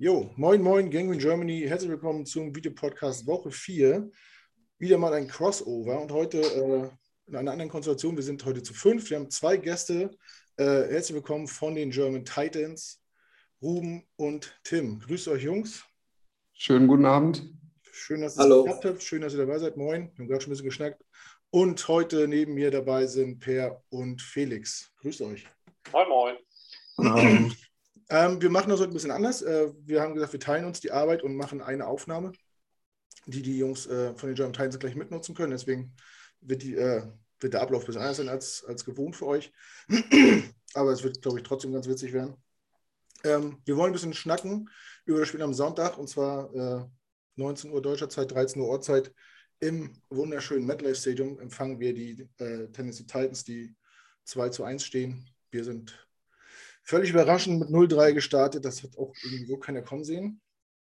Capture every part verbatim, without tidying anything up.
Jo, moin moin, Gangrene Germany, herzlich willkommen zum Videopodcast Woche vier. Wieder mal ein Crossover und heute äh, in einer anderen Konstellation. Wir sind heute zu fünf. Wir haben zwei Gäste. Äh, herzlich willkommen von den German Titans, Ruben und Tim. Grüßt euch, Jungs. Schönen guten Abend. Schön, dass es Hallo. geklappt hat. Schön, dass ihr dabei seid. Moin. Wir haben gerade schon ein bisschen geschnackt. Und heute neben mir dabei sind Per und Felix. Grüßt euch. Moin, moin. Ähm, Ähm, wir machen das heute ein bisschen anders. Äh, wir haben gesagt, wir teilen uns die Arbeit und machen eine Aufnahme, die die Jungs äh, von den German Titans gleich mitnutzen können. Deswegen wird, die, äh, wird der Ablauf ein bisschen anders sein als, als gewohnt für euch. Aber es wird, glaube ich, trotzdem ganz witzig werden. Ähm, wir wollen ein bisschen schnacken über das Spiel am Sonntag, und zwar äh, neunzehn Uhr deutscher Zeit, dreizehn Uhr Ortszeit. Im wunderschönen MetLife Stadium empfangen wir die äh, Tennessee Titans, die zwei zu eins stehen. Wir sind völlig überraschend mit null drei gestartet. Das hat auch irgendwie so keiner kommen sehen.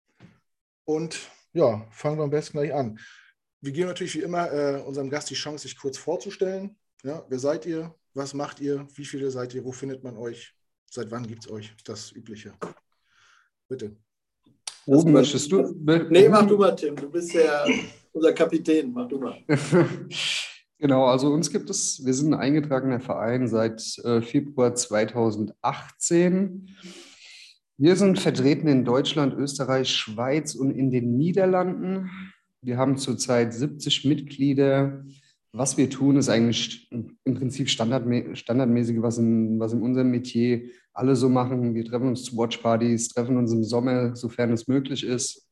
Und ja, fangen wir am besten gleich an. Wir geben natürlich wie immer äh, unserem Gast die Chance, sich kurz vorzustellen. Ja, wer seid ihr? Was macht ihr? Wie viele seid ihr? Wo findet man euch? Seit wann gibt es euch? Das Übliche. Bitte. Ruben, möchtest du? Nee, mach du mal, Tim. Du bist ja unser Kapitän. Mach du mal. Genau, also uns gibt es, wir sind ein eingetragener Verein seit äh, Februar zweitausendachtzehn. Wir sind vertreten in Deutschland, Österreich, Schweiz und in den Niederlanden. Wir haben zurzeit siebzig Mitglieder. Was wir tun, ist eigentlich im Prinzip standardmä- standardmäßig, was in, was in unserem Metier alle so machen. Wir treffen uns zu Watchpartys, treffen uns im Sommer, sofern es möglich ist.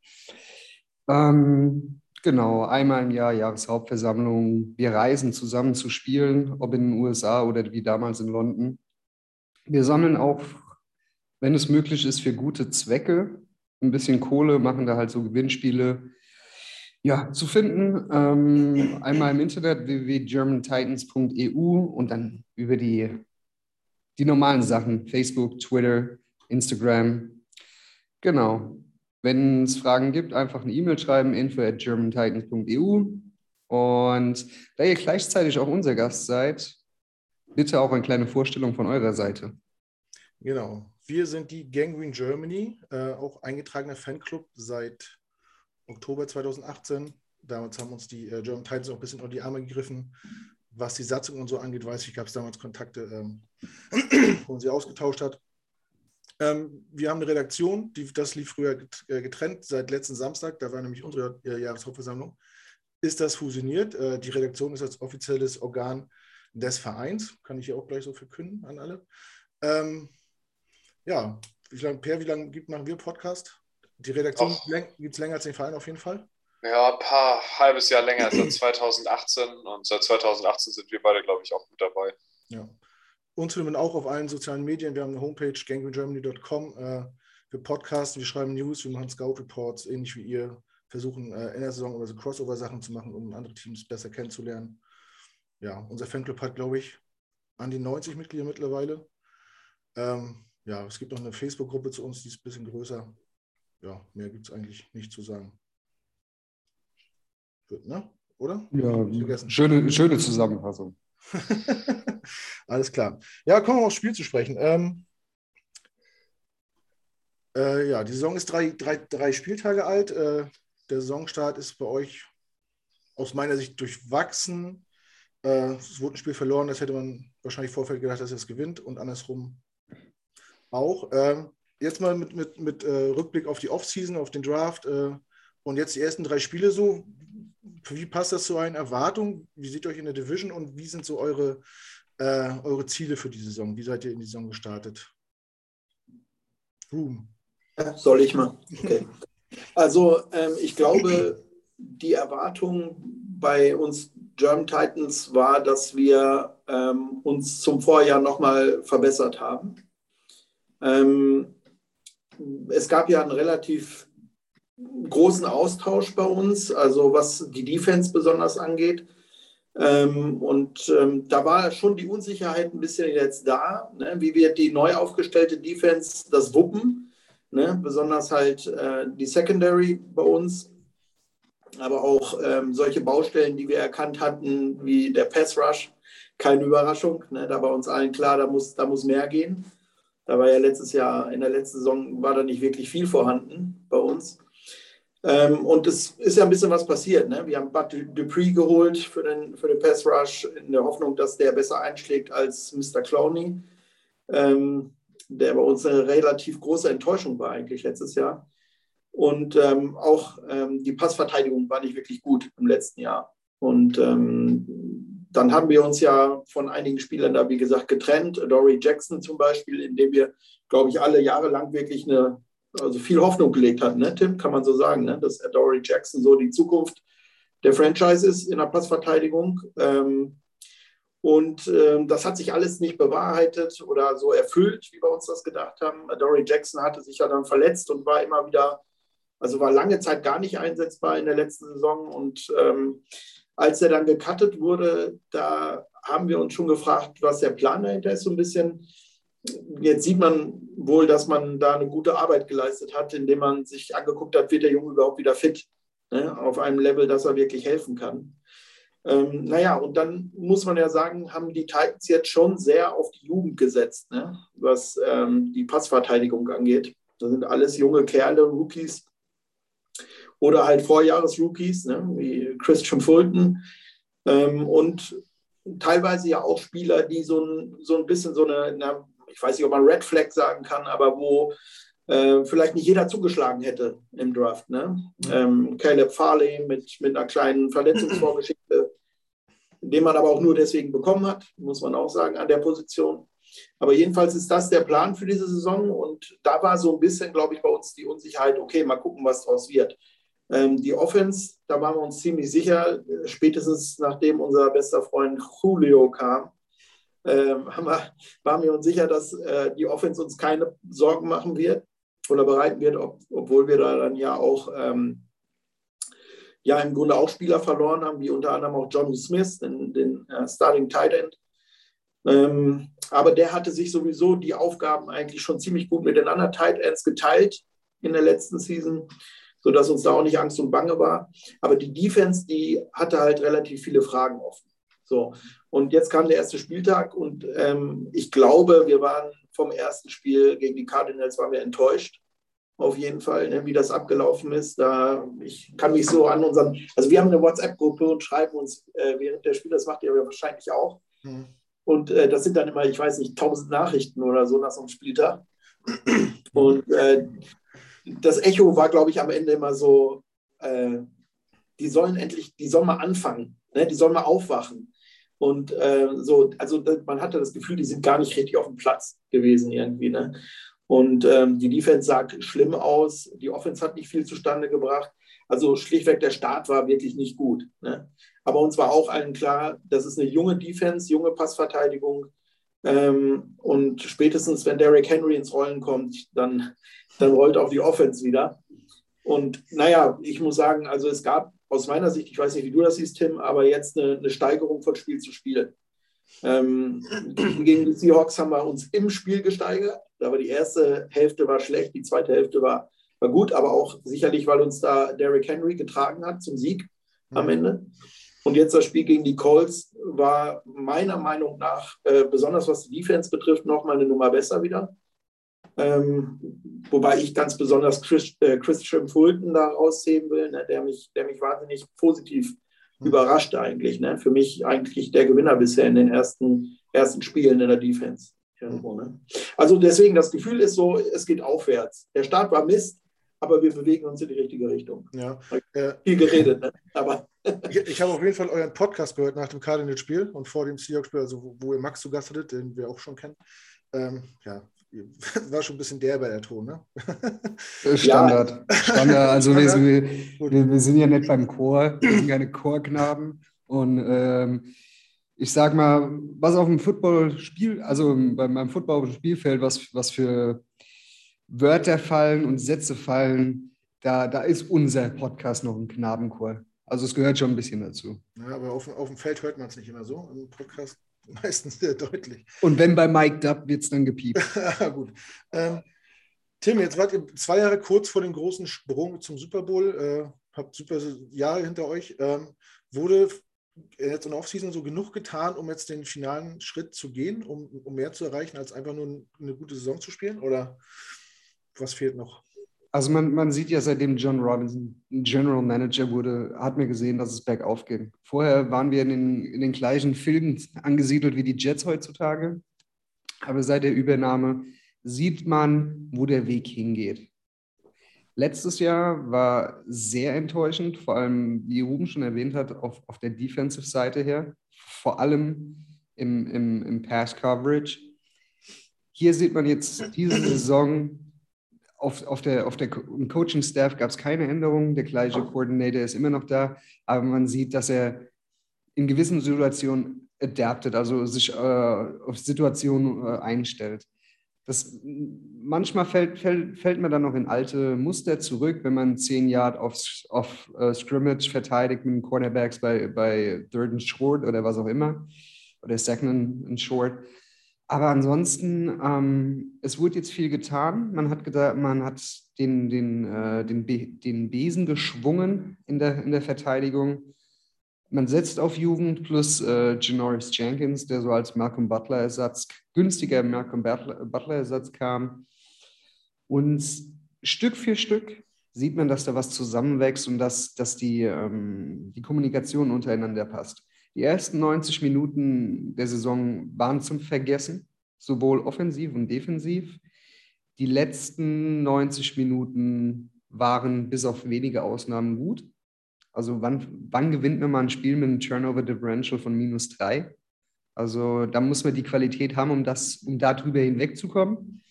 Ähm, Genau, einmal im Jahr Jahreshauptversammlung. Wir reisen zusammen zu spielen, ob in den U S A oder wie damals in London. Wir sammeln auch, wenn es möglich ist, für gute Zwecke ein bisschen Kohle, machen da halt so Gewinnspiele. Ja, zu finden, ähm, einmal im Internet w w w punkt german titans punkt e u und dann über die, die normalen Sachen, Facebook, Twitter, Instagram. Genau. Wenn es Fragen gibt, einfach eine E-Mail schreiben, info at german titans punkt e u. Und da ihr gleichzeitig auch unser Gast seid, bitte auch eine kleine Vorstellung von eurer Seite. Genau. Wir sind die Gangrene Germany, äh, auch eingetragener Fanclub seit Oktober zweitausendachtzehn. Damals haben uns die äh, German Titans auch ein bisschen unter die Arme gegriffen. Was die Satzung und so angeht, weiß ich, gab es damals Kontakte, ähm, wo man sie ausgetauscht hat. Ähm, wir haben eine Redaktion, die, das lief früher getrennt, seit letzten Samstag, da war nämlich unsere äh, Jahreshauptversammlung, ist das fusioniert. Äh, die Redaktion ist als offizielles Organ des Vereins, kann ich hier auch gleich so verkünden an alle. Ähm, ja, wie lange, Per, wie lange gibt, machen wir Podcast? Die Redaktion gibt es länger als den Verein auf jeden Fall? Ja, ein paar, halbes Jahr länger, seit zweitausendachtzehn, und seit zweitausendachtzehn sind wir beide, glaube ich, auch mit dabei. Ja. Uns findet man auch auf allen sozialen Medien. Wir haben eine Homepage, gangrene germany punkt com. Äh, wir podcasten, wir schreiben News, wir machen Scout-Reports, ähnlich wie ihr. Versuchen äh, in der Saison immer so Crossover-Sachen zu machen, um andere Teams besser kennenzulernen. Ja, unser Fanclub hat, glaube ich, an die neunzig Mitglieder mittlerweile. Ähm, ja, es gibt noch eine Facebook-Gruppe zu uns, die ist ein bisschen größer. Ja, mehr gibt es eigentlich nicht zu sagen. Gut, ne? Oder? Ja, schöne, schöne Zusammenfassung. Alles klar. Ja, kommen wir aufs Spiel zu sprechen. Ähm, äh, ja, die Saison ist drei, drei, drei Spieltage alt. Äh, der Saisonstart ist bei euch aus meiner Sicht durchwachsen. Äh, es wurde ein Spiel verloren, das hätte man wahrscheinlich im Vorfeld gedacht, dass es gewinnt, und andersrum auch. Ähm, jetzt mal mit, mit, mit äh, Rückblick auf die Offseason, auf den Draft äh, und jetzt die ersten drei Spiele so. Wie passt das zu euren Erwartungen? Wie seht ihr euch in der Division und wie sind so eure, äh, eure Ziele für die Saison? Wie seid ihr in die Saison gestartet? Boom. Soll ich mal? Okay. Also ähm, ich glaube, die Erwartung bei uns German Titans war, dass wir ähm, uns zum Vorjahr nochmal verbessert haben. Ähm, es gab ja einen relativ großen Austausch bei uns, also was die Defense besonders angeht. Ähm, und ähm, da war schon die Unsicherheit ein bisschen jetzt da, ne? Wie wird die neu aufgestellte Defense das wuppen, ne? Besonders halt äh, die Secondary bei uns, aber auch ähm, solche Baustellen, die wir erkannt hatten, wie der Pass Rush, keine Überraschung, ne? Da war uns allen klar, da muss, da muss mehr gehen. Da war ja letztes Jahr, in der letzten Saison war da nicht wirklich viel vorhanden bei uns. Ähm, und es ist ja ein bisschen was passiert. Ne? Wir haben Bud Dupree geholt für den, für den Pass Rush in der Hoffnung, dass der besser einschlägt als Mister Clowney, ähm, der bei uns eine relativ große Enttäuschung war eigentlich letztes Jahr. Und ähm, auch ähm, die Passverteidigung war nicht wirklich gut im letzten Jahr. Und ähm, dann haben wir uns ja von einigen Spielern da, wie gesagt, getrennt. Dory Jackson zum Beispiel, in dem wir, glaube ich, alle Jahre lang wirklich eine, also viel Hoffnung gelegt hatten, ne, Tim, kann man so sagen, ne, dass Dory Jackson so die Zukunft der Franchise ist in der Passverteidigung. Ähm, und ähm, das hat sich alles nicht bewahrheitet oder so erfüllt, wie wir uns das gedacht haben. Dory Jackson hatte sich ja dann verletzt und war immer wieder, also war lange Zeit gar nicht einsetzbar in der letzten Saison. Und ähm, als er dann gecuttet wurde, da haben wir uns schon gefragt, was der Plan dahinter ist, so ein bisschen. Jetzt sieht man wohl, dass man da eine gute Arbeit geleistet hat, indem man sich angeguckt hat, wird der Junge überhaupt wieder fit, ne, auf einem Level, dass er wirklich helfen kann. Ähm, naja, und dann muss man ja sagen, haben die Titans jetzt schon sehr auf die Jugend gesetzt, ne, was ähm, die Passverteidigung angeht. Das sind alles junge Kerle, Rookies oder halt Vorjahres-Rookies, ne, wie Christian Fulton, ähm, und teilweise ja auch Spieler, die so ein, so ein bisschen so eine, na, ich weiß nicht, ob man Red Flag sagen kann, aber wo äh, vielleicht nicht jeder zugeschlagen hätte im Draft. Ne? Mhm. Ähm, Caleb Farley mit, mit einer kleinen Verletzungsvorgeschichte, den man aber auch nur deswegen bekommen hat, muss man auch sagen, an der Position. Aber jedenfalls ist das der Plan für diese Saison und da war so ein bisschen, glaube ich, bei uns die Unsicherheit, okay, mal gucken, was daraus wird. Ähm, die Offense, da waren wir uns ziemlich sicher, spätestens nachdem unser bester Freund Julio kam, ähm, haben wir, waren wir uns sicher, dass äh, die Offense uns keine Sorgen machen wird oder bereiten wird, ob, obwohl wir da dann ja auch ähm, ja im Grunde auch Spieler verloren haben, wie unter anderem auch Johnny Smith, den, den äh, Starting Tight End. Ähm, aber der hatte sich sowieso die Aufgaben eigentlich schon ziemlich gut mit den anderen Tight Ends geteilt in der letzten Season, sodass uns da auch nicht Angst und Bange war. Aber die Defense, die hatte halt relativ viele Fragen offen. So, und jetzt kam der erste Spieltag und ähm, ich glaube, wir waren vom ersten Spiel gegen die Cardinals waren wir enttäuscht, auf jeden Fall, ne, wie das abgelaufen ist. Da, ich kann mich so an unseren, also wir haben eine WhatsApp-Gruppe und schreiben uns äh, während der Spiele, das macht ihr ja wahrscheinlich auch. Mhm. Und äh, das sind dann immer, ich weiß nicht, tausend Nachrichten oder so nach so einem Spieltag. Und äh, das Echo war, glaube ich, am Ende immer so, äh, die sollen endlich, die sollen mal anfangen, ne? Die sollen mal aufwachen. Und äh, so, also man hatte das Gefühl, die sind gar nicht richtig auf dem Platz gewesen irgendwie, ne? Und ähm, die Defense sah schlimm aus, die Offense hat nicht viel zustande gebracht. Also schlichtweg, der Start war wirklich nicht gut, ne? Aber uns war auch allen klar, das ist eine junge Defense, junge Passverteidigung. Ähm, und spätestens, wenn Derrick Henry ins Rollen kommt, dann, dann rollt auch die Offense wieder. Und naja, ich muss sagen, also es gab aus meiner Sicht, ich weiß nicht, wie du das siehst, Tim, aber jetzt eine, eine Steigerung von Spiel zu Spiel. Ähm, gegen die Seahawks haben wir uns im Spiel gesteigert, aber die erste Hälfte war schlecht, die zweite Hälfte war, war gut, aber auch sicherlich, weil uns da Derrick Henry getragen hat zum Sieg am Ende. Und jetzt das Spiel gegen die Colts war meiner Meinung nach, äh, besonders was die Defense betrifft, nochmal eine Nummer besser wieder. Ähm, wobei ich ganz besonders Chris, äh, Christian Fulton da rausheben will, ne, der, mich, der mich wahnsinnig positiv mhm. überrascht eigentlich. Ne? Für mich eigentlich der Gewinner bisher in den ersten, ersten Spielen in der Defense. Irgendwo, ne? Also deswegen, das Gefühl ist so, es geht aufwärts. Der Start war Mist, aber wir bewegen uns in die richtige Richtung. Ja. Äh, viel geredet, ne? Aber ich, ich habe auf jeden Fall euren Podcast gehört nach dem Cardinals-Spiel und vor dem Seahawks-Spiel, also wo, wo ihr Max zu Gast hattet, den wir auch schon kennen. Ähm, ja, war schon ein bisschen derber der Ton, ne? Standard. Ja. Standard. Also wir, wir, wir, wir sind ja nicht beim Chor, wir sind keine Chorknaben. Und ähm, ich sag mal, was auf dem Football-Spiel, also beim, beim Football auf dem Spielfeld, was, was für Wörter fallen und Sätze fallen, da, da ist unser Podcast noch ein Knabenchor. Also es gehört schon ein bisschen dazu. Ja, aber auf, auf dem Feld hört man es nicht immer so, im Podcast meistens sehr deutlich. Und wenn bei Mike Dub wird es dann gepiept. Gut. Ähm, Tim, jetzt wart ihr zwei Jahre kurz vor dem großen Sprung zum Super Bowl, äh, habt super Jahre hinter euch. Ähm, wurde jetzt in der Offseason so genug getan, um jetzt den finalen Schritt zu gehen, um, um mehr zu erreichen, als einfach nur eine gute Saison zu spielen? Oder was fehlt noch? Also man, man sieht ja, seitdem John Robinson General Manager wurde, hat man gesehen, dass es bergauf ging. Vorher waren wir in den, in den gleichen Filmen angesiedelt wie die Jets heutzutage. Aber seit der Übernahme sieht man, wo der Weg hingeht. Letztes Jahr war sehr enttäuschend, vor allem, wie Ruben schon erwähnt hat, auf, auf der Defensive-Seite her, vor allem im, im, im Pass-Coverage. Hier sieht man jetzt diese Saison, auf, auf der, auf der im Coaching-Staff gab es keine Änderungen, der gleiche Coordinator ist immer noch da, aber man sieht, dass er in gewissen Situationen adaptet, also sich äh, auf Situationen äh, einstellt. Das, manchmal fällt, fällt, fällt man dann noch in alte Muster zurück, wenn man zehn Yard auf, auf uh, Scrimmage verteidigt mit den Cornerbacks bei, bei Third and Short oder was auch immer, oder Second and Short. Aber ansonsten, ähm, es wurde jetzt viel getan. Man hat, gedacht, man hat den, den, äh, den, Be den Besen geschwungen in der, in der Verteidigung. Man setzt auf Jugend plus äh, Janoris Jenkins, der so als Malcolm Butler-Ersatz, günstiger Malcolm Butler-Ersatz kam. Und Stück für Stück sieht man, dass da was zusammenwächst und dass, dass die, ähm, die Kommunikation untereinander passt. Die ersten neunzig Minuten der Saison waren zum Vergessen, sowohl offensiv und defensiv. Die letzten neunzig Minuten waren bis auf wenige Ausnahmen gut. Also wann, wann gewinnt man mal ein Spiel mit einem Turnover Differential von minus drei? Also da muss man die Qualität haben, um, das, um da drüber hinwegzukommen.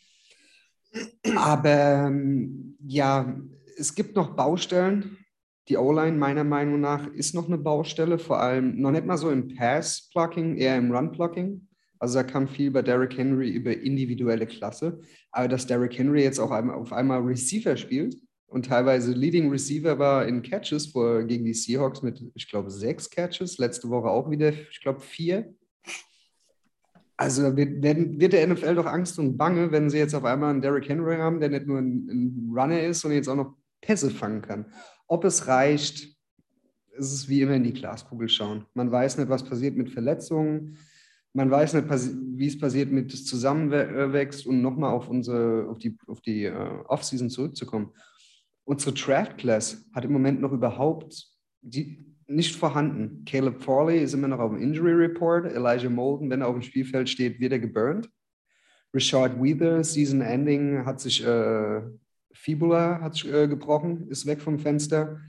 Aber ähm, ja, es gibt noch Baustellen. Die O-Line meiner Meinung nach ist noch eine Baustelle, vor allem noch nicht mal so im Pass-Blocking, eher im Run-Blocking. Also da kam viel bei Derrick Henry über individuelle Klasse. Aber dass Derrick Henry jetzt auch einmal, auf einmal Receiver spielt, und teilweise Leading Receiver war in Catches vor, gegen die Seahawks mit, ich glaube, sechs Catches. Letzte Woche auch wieder, ich glaube, vier. Also wird, wird der N F L doch Angst und Bange, wenn sie jetzt auf einmal einen Derrick Henry haben, der nicht nur ein, ein Runner ist, sondern jetzt auch noch Pässe fangen kann. Ob es reicht, ist es wie immer in die Glaskugel schauen. Man weiß nicht, was passiert mit Verletzungen. Man weiß nicht, wie es passiert mit das Zusammenwächst und nochmal auf, unsere, auf die, auf die uh, Offseason zurückzukommen. Unsere Draft-Class hat im Moment noch überhaupt die, nicht vorhanden. Caleb Farley ist immer noch auf dem Injury Report. Elijah Molden, wenn er auf dem Spielfeld steht, wird er geburnt. Richard Weather, Season Ending, hat sich äh, Fibula hat sich, äh, gebrochen, ist weg vom Fenster.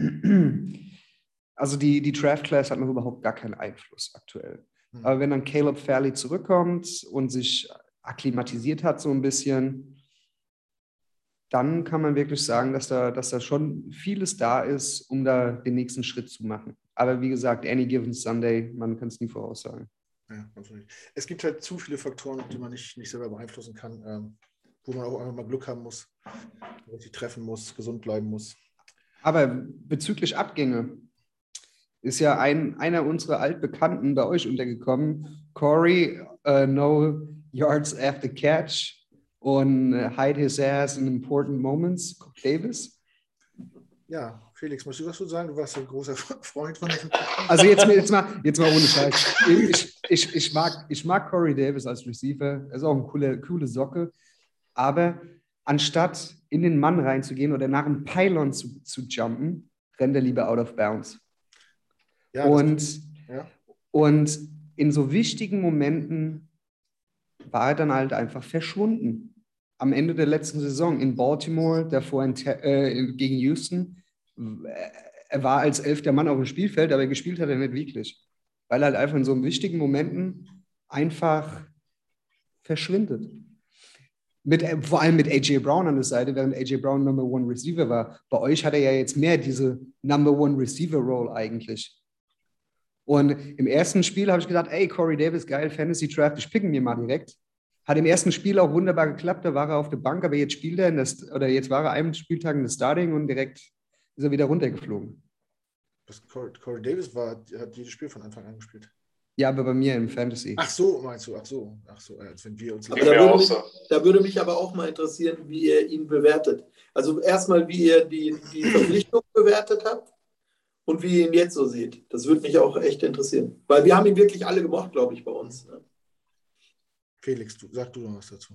Also die, die Draft-Class hat noch überhaupt gar keinen Einfluss aktuell. Mhm. Aber wenn dann Caleb Farley zurückkommt und sich akklimatisiert hat so ein bisschen, dann kann man wirklich sagen, dass da, dass da schon vieles da ist, um da den nächsten Schritt zu machen. Aber wie gesagt, any given Sunday, man kann es nie voraussagen. Ja, absolut. Es gibt halt zu viele Faktoren, die man nicht, nicht selber beeinflussen kann, ähm, wo man auch einfach mal Glück haben muss, sich treffen muss, gesund bleiben muss. Aber bezüglich Abgänge ist ja ein, einer unserer Altbekannten bei euch untergekommen, Corey, uh, no yards after catch. Und hide his ass in important moments, Davis. Ja, Felix, musst du was zu sagen? Du warst ein großer Freund von diesem. Also jetzt, jetzt, mal, jetzt mal ohne Scheiß. Ich, ich, ich, mag, ich mag Corey Davis als Receiver. Er ist auch eine coole, coole Socke. Aber anstatt in den Mann reinzugehen oder nach einem Pylon zu, zu jumpen, rennt er lieber out of bounds. Ja, und, ja. und in so wichtigen Momenten war er dann halt einfach verschwunden. Am Ende der letzten Saison in Baltimore, davor in, äh, gegen Houston, er war als elfter Mann auf dem Spielfeld, aber gespielt hat er nicht wirklich. Weil er halt einfach in so wichtigen Momenten einfach verschwindet. Mit, vor allem mit A J Brown an der Seite, während A J Brown Number One Receiver war. Bei euch hat er ja jetzt mehr diese Number One Receiver Role eigentlich. Und im ersten Spiel habe ich gedacht, ey, Corey Davis, geil, Fantasy Draft, ich picken mir mal direkt. Hat im ersten Spiel auch wunderbar geklappt, da war er auf der Bank, aber jetzt spielt er in das, oder jetzt war er einen Spieltag in der Starting und direkt ist er wieder runtergeflogen. Das Corey, Corey Davis war, hat jedes Spiel von Anfang an gespielt. Ja, aber bei mir im Fantasy. Ach so, meinst du, ach so, ach so, als wenn wir uns. Aber da, würde mich, da würde mich aber auch mal interessieren, wie ihr ihn bewertet. Also erstmal, wie ihr die, die Verpflichtung bewertet habt und wie ihr ihn jetzt so seht. Das würde mich auch echt interessieren. Weil wir haben ihn wirklich alle gemocht, glaube ich, bei uns. Ne? Felix, du, sag du noch was dazu.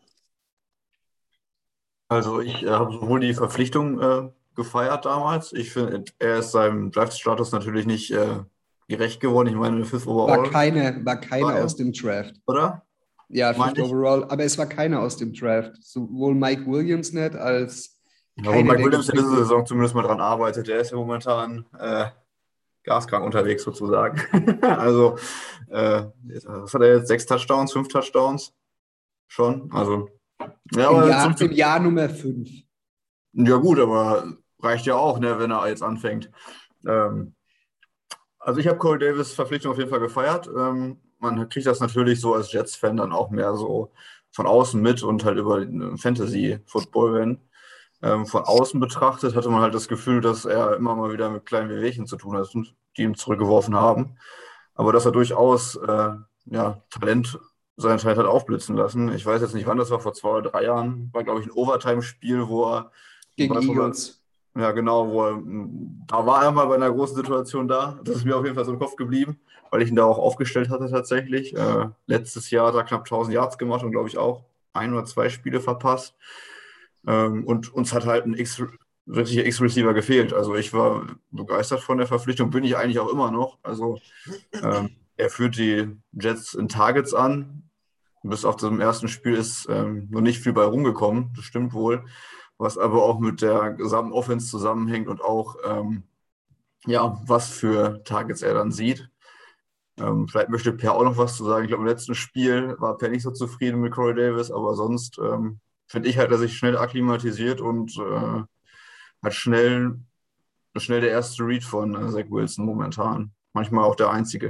Also ich äh, habe sowohl die Verpflichtung äh, gefeiert damals. Ich finde, er ist seinem Draft-Status natürlich nicht äh, gerecht geworden. Ich meine, Fifth Overall. War keine, war keine War er? aus dem Draft. Oder? Ja, Meine Fifth ich? Overall, aber es war keiner aus dem Draft. Sowohl Mike Williams nicht als Ja, wo keiner, Mike der Williams in dieser gepickt- Saison zumindest mal dran arbeitet. Der ist ja momentan äh, gaskrank unterwegs sozusagen. Also, äh, was hat er jetzt? Sechs Touchdowns, fünf Touchdowns? Schon? Also, ja, Im aber Jahr, zurück zu- im Jahr Nummer fünf. ja gut, aber reicht ja auch, ne, wenn er jetzt anfängt. Ähm, also ich habe Corey Davis Verpflichtung auf jeden Fall gefeiert. Ähm, man kriegt das natürlich so als Jets-Fan dann auch mehr so von außen mit und halt über den Fantasy-Football, wenn. Ähm, von außen betrachtet hatte man halt das Gefühl, dass er immer mal wieder mit kleinen Wehwehchen zu tun hat, die ihm zurückgeworfen haben. Aber dass er durchaus äh, ja, Talent, sein Talent hat aufblitzen lassen. Ich weiß jetzt nicht, wann das war, vor zwei oder drei Jahren. War, glaube ich, ein Overtime-Spiel, wo er Gegen weiß, wo er- Eagles. ja, genau, wo er, da war er mal bei einer großen Situation da. Das ist mir auf jeden Fall so im Kopf geblieben, weil ich ihn da auch aufgestellt hatte tatsächlich. Äh, letztes Jahr hat er knapp tausend Yards gemacht und glaube ich auch ein oder zwei Spiele verpasst. Ähm, und uns hat halt ein X, richtiger X-Receiver gefehlt. Also ich war begeistert von der Verpflichtung, bin ich eigentlich auch immer noch. Also ähm, er führt die Jets in Targets an. Bis auf dem ersten Spiel ist ähm, noch nicht viel bei rumgekommen, das stimmt wohl. Was aber auch mit der gesamten Offense zusammenhängt und auch, ähm, ja, was für Targets er dann sieht. Ähm, vielleicht möchte Per auch noch was zu sagen. Ich glaube, im letzten Spiel war Per nicht so zufrieden mit Corey Davis, aber sonst ähm, finde ich halt, dass er sich schnell akklimatisiert und äh, hat schnell, schnell der erste Read von äh, Zach Wilson momentan. Manchmal auch der einzige.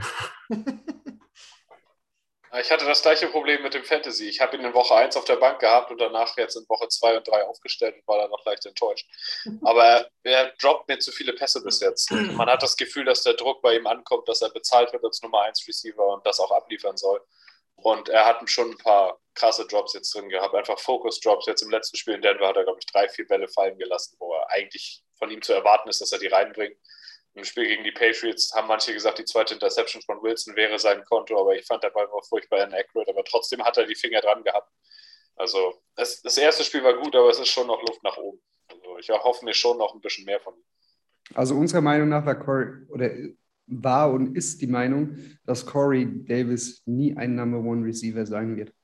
Ich hatte das gleiche Problem mit dem Fantasy. Ich habe ihn in Woche eins auf der Bank gehabt und danach jetzt in Woche zwei und drei aufgestellt und war dann noch leicht enttäuscht. Aber er droppt mir zu viele Pässe bis jetzt. Man hat das Gefühl, dass der Druck bei ihm ankommt, dass er bezahlt wird als Nummer eins Receiver und das auch abliefern soll. Und er hat schon ein paar krasse Drops jetzt drin gehabt, einfach Focus-Drops. Jetzt im letzten Spiel in Denver hat er, glaube ich, drei, vier Bälle fallen gelassen, wo er eigentlich von ihm zu erwarten ist, dass er die reinbringt. Im Spiel gegen die Patriots haben manche gesagt, die zweite Interception von Wilson wäre sein Konto, aber ich fand der Ball war furchtbar inaccurate, aber trotzdem hat er die Finger dran gehabt. Also das, das erste Spiel war gut, aber es ist schon noch Luft nach oben. Also ich erhoffe mir schon noch ein bisschen mehr von ihm. Also unserer Meinung nach war Corey, oder war und ist die Meinung, dass Corey Davis nie ein Number One Receiver sein wird.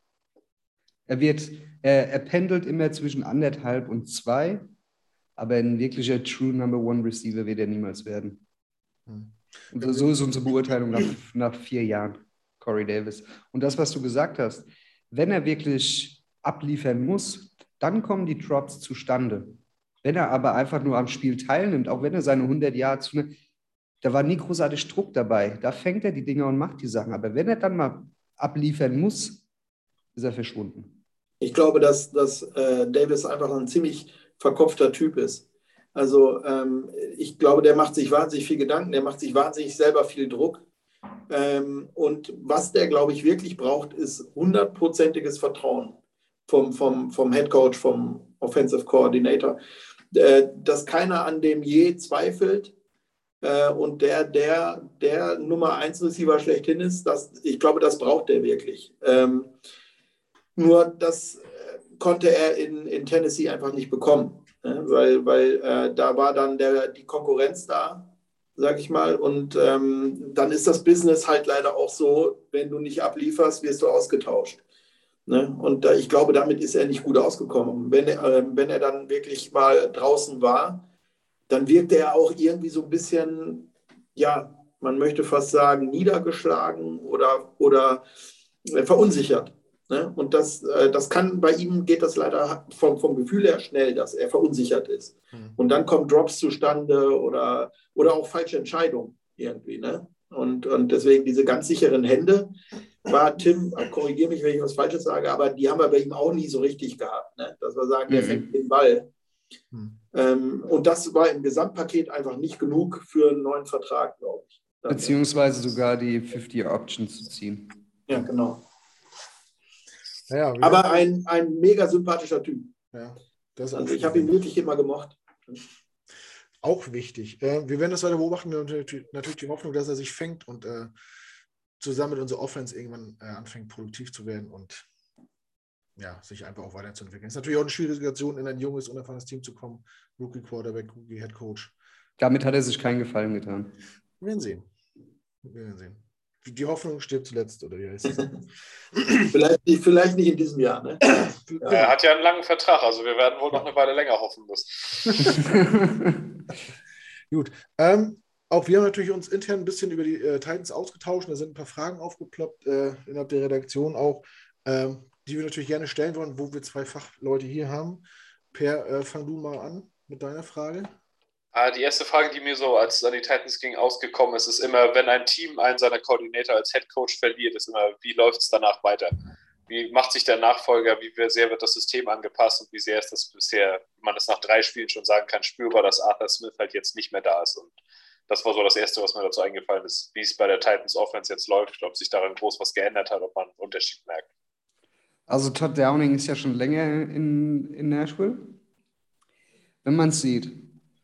Er wird, er, er pendelt immer zwischen anderthalb und zwei, aber ein wirklicher True Number One Receiver wird er niemals werden. Hm. Und so ist unsere Beurteilung nach, nach vier Jahren, Corey Davis. Und das, was du gesagt hast, wenn er wirklich abliefern muss, dann kommen die Drops zustande. Wenn er aber einfach nur am Spiel teilnimmt, auch wenn er seine hundert Yards, da war nie großartig Druck dabei. Da fängt er die Dinger und macht die Sachen. Aber wenn er dann mal abliefern muss, ist er verschwunden. Ich glaube, dass, dass äh, Davis einfach ein ziemlich verkopfter Typ ist. Also ähm, ich glaube, der macht sich wahnsinnig viel Gedanken, der macht sich wahnsinnig selber viel Druck. Ähm, und was der, glaube ich, wirklich braucht, ist hundertprozentiges Vertrauen vom, vom, vom Head Coach, vom Offensive Coordinator, äh, dass keiner an dem je zweifelt äh, und der, der, der Nummer eins Receiver schlechthin ist. Das, ich glaube, das braucht der wirklich. Ähm, nur das äh, konnte er in, in Tennessee einfach nicht bekommen, ne? weil, weil äh, da war dann der, die Konkurrenz da, sag ich mal, und ähm, dann ist das Business halt leider auch so, wenn du nicht ablieferst, wirst du ausgetauscht. Ne? Und äh, ich glaube, damit ist er nicht gut ausgekommen. Wenn er, äh, wenn er dann wirklich mal draußen war, dann wirkte er auch irgendwie so ein bisschen, ja, man möchte fast sagen, niedergeschlagen oder, oder äh, verunsichert. Ne? Und das, äh, das kann, bei ihm geht das leider vom, vom Gefühl her schnell, dass er verunsichert ist. Mhm. Und dann kommen Drops zustande oder, oder auch falsche Entscheidungen irgendwie. Ne? Und, und deswegen diese ganz sicheren Hände war Tim, korrigiere mich, wenn ich was Falsches sage, aber die haben wir bei ihm auch nie so richtig gehabt. Ne? Dass wir sagen, der mhm. fängt den Ball. Mhm. Ähm, und das war im Gesamtpaket einfach nicht genug für einen neuen Vertrag, glaube ich. Dann, Beziehungsweise sogar die fifty-Year-Option zu ziehen. Ja, genau. Ja, aber ein, ein mega sympathischer Typ. Ja, das also ich habe ihn wirklich immer gemocht. auch wichtig. Äh, wir werden das weiter beobachten und natürlich die Hoffnung, dass er sich fängt und äh, zusammen mit unserer Offense irgendwann äh, anfängt, produktiv zu werden und ja, sich einfach auch weiterzuentwickeln. Es ist natürlich auch eine schwierige Situation, in ein junges, unerfahrenes Team zu kommen. Rookie Quarterback, Rookie Head Coach. Damit hat er sich keinen Gefallen getan. Wir werden sehen. Wir werden sehen. Die Hoffnung stirbt zuletzt, oder wie heißt es? Vielleicht nicht, vielleicht nicht in diesem Jahr, ne? Er hat ja einen langen Vertrag, also wir werden wohl noch eine Weile länger hoffen müssen. Gut. Ähm, auch wir haben natürlich uns intern ein bisschen über die äh, Titans ausgetauscht. Da sind ein paar Fragen aufgeploppt äh, innerhalb der Redaktion auch, ähm, die wir natürlich gerne stellen wollen, wo wir zwei Fachleute hier haben. Per, äh, fang du mal an mit deiner Frage. Die erste Frage, die mir so, als es an die Titans ging, ausgekommen ist, ist immer, wenn ein Team einen seiner Koordinator als Headcoach verliert, ist immer, wie läuft es danach weiter? Wie macht sich der Nachfolger? Wie sehr wird das System angepasst? Und wie sehr ist das bisher, wenn man das nach drei Spielen schon sagen kann, spürbar, dass Arthur Smith halt jetzt nicht mehr da ist? Und das war so das Erste, was mir dazu eingefallen ist, wie es bei der Titans Offense jetzt läuft, ob sich daran groß was geändert hat, ob man einen Unterschied merkt. Also Todd Downing ist ja schon länger in, in Nashville. Wenn man es sieht,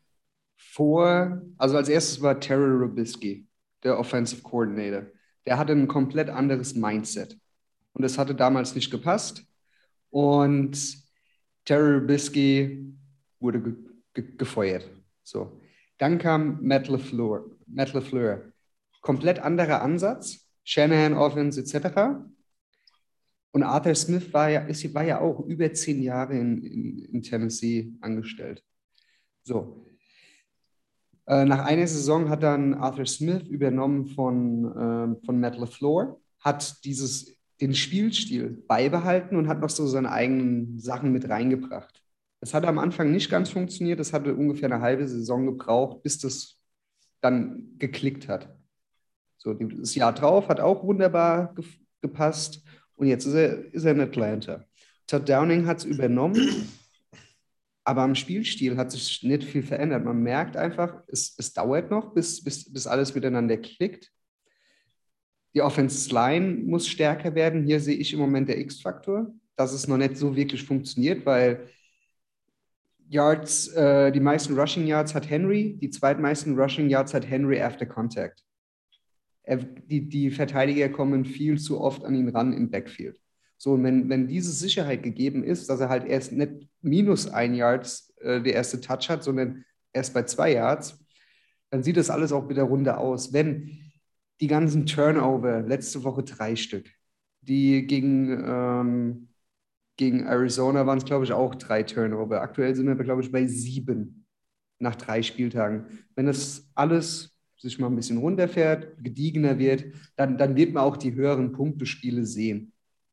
vor, also als erstes war Terry Robisky, der Offensive Coordinator. Der hatte ein komplett anderes Mindset. Und das hatte damals nicht gepasst. Und Terry Robisky wurde ge ge gefeuert. So. Dann kam Matt LaFleur. Matt LaFleur. Komplett anderer Ansatz. Shanahan Offense et cetera. Und Arthur Smith war ja, ist, war ja auch über zehn Jahre in, in, in Tennessee angestellt. So. Nach einer Saison hat dann Arthur Smith übernommen von, äh, von Matt LaFleur, hat dieses, den Spielstil beibehalten und hat noch so seine eigenen Sachen mit reingebracht. Das hat am Anfang nicht ganz funktioniert, das hatte ungefähr eine halbe Saison gebraucht, bis das dann geklickt hat. So, das Jahr drauf hat auch wunderbar ge gepasst und jetzt ist er, ist er in Atlanta. Todd Downing hat es übernommen. Aber am Spielstil hat sich nicht viel verändert. Man merkt einfach, es, es dauert noch, bis, bis, bis alles miteinander klickt. Die Offensive Line muss stärker werden. Hier sehe ich im Moment der X-Faktor, dass es noch nicht so wirklich funktioniert, weil Yards, äh, die meisten Rushing Yards hat Henry, die zweitmeisten Rushing Yards hat Henry after Contact. Er, die, die Verteidiger kommen viel zu oft an ihn ran im Backfield. So, und wenn, wenn diese Sicherheit gegeben ist, dass er halt erst nicht minus ein Yards äh, der erste Touch hat, sondern erst bei zwei Yards, dann sieht das alles auch wieder runter aus. Wenn die ganzen Turnover, letzte Woche drei Stück, die gegen, ähm, gegen Arizona waren es, glaube ich, auch drei Turnover. Aktuell sind wir, glaube ich, bei sieben nach drei Spieltagen. Wenn das alles sich mal ein bisschen runterfährt, gediegener wird, dann, dann wird man auch die höheren Punktespiele sehen.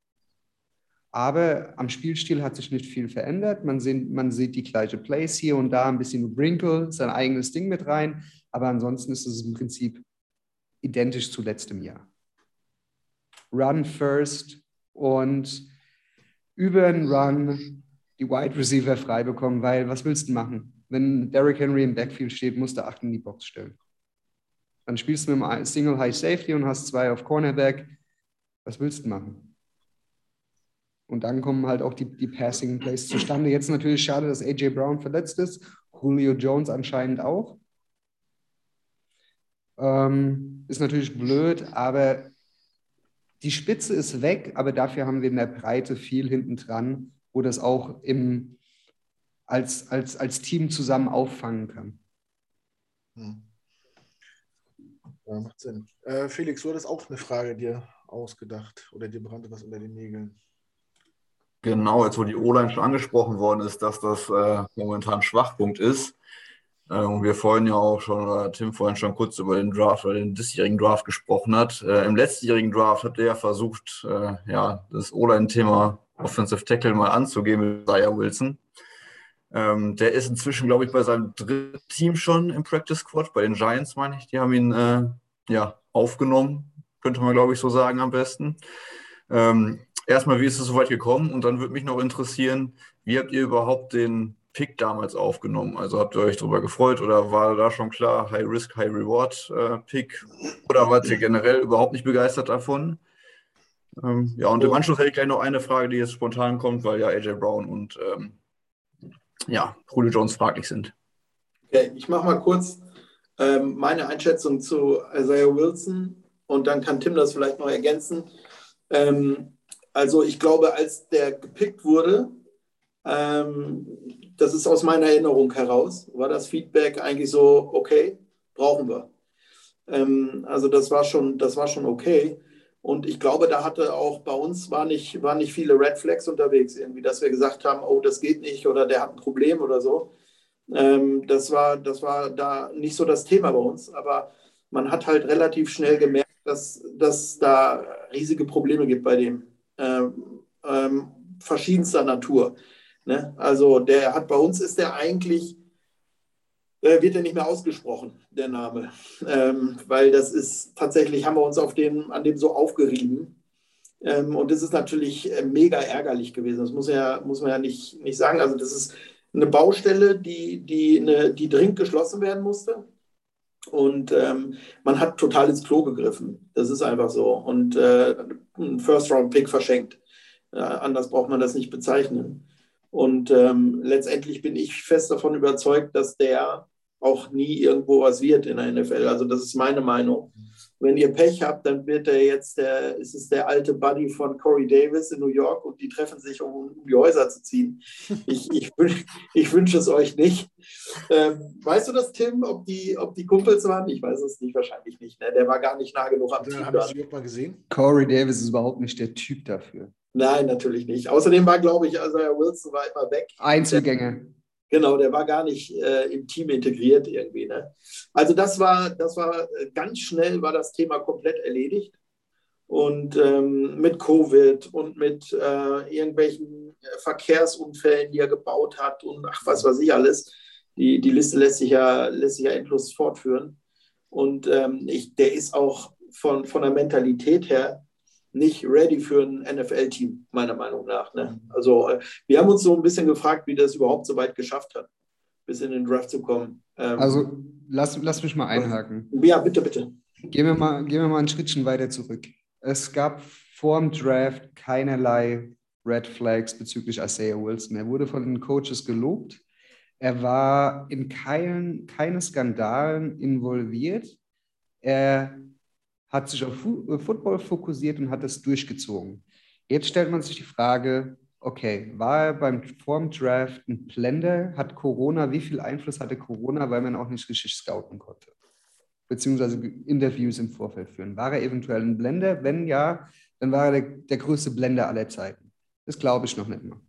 Aber am Spielstil hat sich nicht viel verändert. Man sieht, man sieht die gleiche Plays hier und da, ein bisschen Wrinkle, sein eigenes Ding mit rein. Aber ansonsten ist es im Prinzip identisch zu letztem Jahr. Run first und über den Run die Wide Receiver frei bekommen, weil was willst du machen? Wenn Derrick Henry im Backfield steht, musst du acht in die Box stellen. Dann spielst du mit einem Single High Safety und hast zwei auf Cornerback. Was willst du machen? Und dann kommen halt auch die, die Passing Plays zustande. Jetzt natürlich schade, dass A J Brown verletzt ist. Julio Jones anscheinend auch. Ähm, ist natürlich blöd, aber die Spitze ist weg, aber dafür haben wir in der Breite viel hinten dran, wo das auch im, als, als, als Team zusammen auffangen kann. Hm. Ja, macht Sinn. Äh, Felix, du hattest auch eine Frage dir ausgedacht oder dir brannte was unter den Nägeln. Genau, jetzt wo die O-Line schon angesprochen worden ist, dass das äh, momentan Schwachpunkt ist. Äh, und wir vorhin ja auch schon, oder Tim vorhin schon kurz über den Draft oder den diesjährigen Draft gesprochen hat. Äh, Im letztjährigen Draft hat er ja versucht, äh, ja, das O-Line-Thema Offensive Tackle mal anzugehen mit Isaiah Wilson. Ähm, der ist inzwischen, glaube ich, bei seinem dritten Team schon im Practice Squad, bei den Giants, meine ich. Die haben ihn äh, ja, aufgenommen, könnte man, glaube ich, so sagen am besten. Ähm, erstmal, wie ist es so weit gekommen? Und dann würde mich noch interessieren, wie habt ihr überhaupt den Pick damals aufgenommen? Also habt ihr euch darüber gefreut oder war da schon klar High Risk, High Reward äh, Pick? Oder wart ihr generell überhaupt nicht begeistert davon? Ähm, ja, und im Anschluss hätte ich gleich noch eine Frage, die jetzt spontan kommt, weil ja A J Brown und ähm, ja, Julio Jones fraglich sind. Okay, ich mache mal kurz ähm, meine Einschätzung zu Isaiah Wilson und dann kann Tim das vielleicht noch ergänzen. Ähm, also ich glaube, als der gepickt wurde, ähm, das ist aus meiner Erinnerung heraus, war das Feedback eigentlich so, okay, brauchen wir. Ähm, also das war schon, das war schon okay. Und ich glaube, da hatte auch bei uns war nicht, waren nicht viele Red Flags unterwegs, irgendwie, dass wir gesagt haben, oh, das geht nicht oder der hat ein Problem oder so. Ähm, das war, das war da nicht so das Thema bei uns, aber man hat halt relativ schnell gemerkt, dass dass da riesige Probleme gibt bei dem. Ähm, ähm, verschiedenster Natur. Ne? Also der hat bei uns ist der eigentlich äh, wird ja nicht mehr ausgesprochen, der Name. Ähm, weil das ist tatsächlich, haben wir uns auf den, an dem so aufgerieben. Ähm, und das ist natürlich äh, mega ärgerlich gewesen. Das muss, ja, muss man ja nicht, nicht sagen. Also, das ist eine Baustelle, die, die, eine, die dringend geschlossen werden musste. Und ähm, man hat total ins Klo gegriffen. Das ist einfach so. Und äh, einen First-Round-Pick verschenkt. Äh, anders braucht man das nicht bezeichnen. Und ähm, letztendlich bin ich fest davon überzeugt, dass der auch nie irgendwo was wird in der N F L. Also das ist meine Meinung. Wenn ihr Pech habt, dann wird er jetzt der, ist es der alte Buddy von Corey Davis in New York und die treffen sich, um, um die Häuser zu ziehen. Ich, ich, ich wünsche es euch nicht. Ähm, weißt du das, Tim, ob die, ob die Kumpels waren? Ich weiß es nicht, wahrscheinlich nicht. Ne? Der war gar nicht nah genug am Ja, Team. habe ich sie überhaupt mal gesehen? Corey Davis ist überhaupt nicht der Typ dafür. Nein, natürlich nicht. Außerdem war, glaube ich, also Herr Wilson war immer weg. Einzelgänger. Genau, der war gar nicht äh, im Team integriert irgendwie. Ne? Also das war, das war ganz schnell war das Thema komplett erledigt. Und ähm, mit Covid und mit äh, irgendwelchen Verkehrsunfällen, die er gebaut hat und ach, was weiß ich alles. Die, die Liste lässt sich ja, lässt sich ja endlos fortführen. Und ähm, ich, der ist auch von, von der Mentalität her nicht ready für ein N F L-Team, meiner Meinung nach. Ne? Also äh, wir haben uns so ein bisschen gefragt, wie das überhaupt so weit geschafft hat, bis in den Draft zu kommen. Ähm, Also lass, lass mich mal einhaken. Ja, bitte, bitte. Gehen wir mal, gehen wir mal ein Schrittchen weiter zurück. Es gab vor dem Draft keinerlei Red Flags bezüglich Isaiah Wilson. Er wurde von den Coaches gelobt. Er war in keinen, keine Skandalen involviert. Er hat sich auf Fu- Football fokussiert und hat es durchgezogen. Jetzt stellt man sich die Frage, okay, war er beim vorm Draft ein Blender? Hat Corona, wie viel Einfluss hatte Corona, weil man auch nicht richtig scouten konnte? Beziehungsweise Interviews im Vorfeld führen. War er eventuell ein Blender? Wenn ja, dann war er der, der größte Blender aller Zeiten. Das glaube ich noch nicht mal.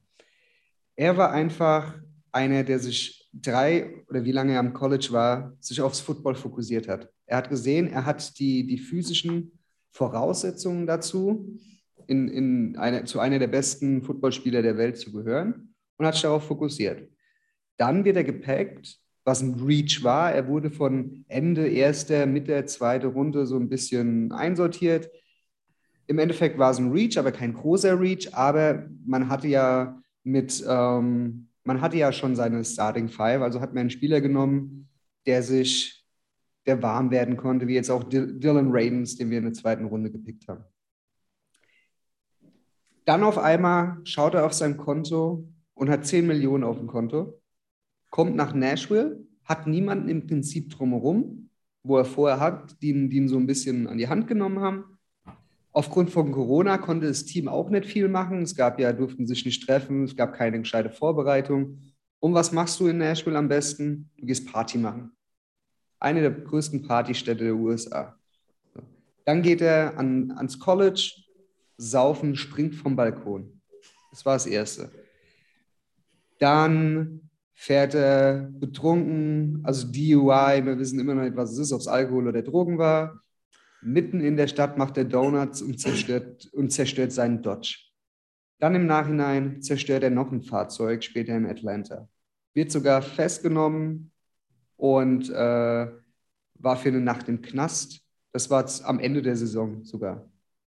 Er war einfach einer, der sich drei oder wie lange er am College war, sich aufs Football fokussiert hat. Er hat gesehen, er hat die, die physischen Voraussetzungen dazu, in, in eine, zu einer der besten Footballspieler der Welt zu gehören und hat sich darauf fokussiert. Dann wird er gepackt, was ein Reach war. Er wurde von Ende erster, Mitte zweite Runde so ein bisschen einsortiert. Im Endeffekt war es ein Reach, aber kein großer Reach. Aber man hatte ja mit, ähm, man hatte ja schon seine Starting Five, also hat man einen Spieler genommen, der sich, der warm werden konnte, wie jetzt auch Dylan Radins, den wir in der zweiten Runde gepickt haben. Dann auf einmal schaut er auf sein Konto und hat zehn Millionen auf dem Konto, kommt nach Nashville, hat niemanden im Prinzip drumherum, wo er vorher hat, die, ihn- die ihn so ein bisschen an die Hand genommen haben. Aufgrund von Corona konnte das Team auch nicht viel machen. Es gab ja, durften sich nicht treffen, es gab keine gescheite Vorbereitung. Und was machst du in Nashville am besten? Du gehst Party machen. Eine der größten Partystädte der U S A. So. Dann geht er an, ans College, saufen, springt vom Balkon. Das war das Erste. Dann fährt er betrunken, also D U I, wir wissen immer noch nicht, was es ist, ob es Alkohol oder Drogen war. Mitten in der Stadt macht er Donuts und zerstört, und zerstört seinen Dodge. Dann im Nachhinein zerstört er noch ein Fahrzeug, später in Atlanta. Wird sogar festgenommen und äh, war für eine Nacht im Knast. Das war am Ende der Saison sogar.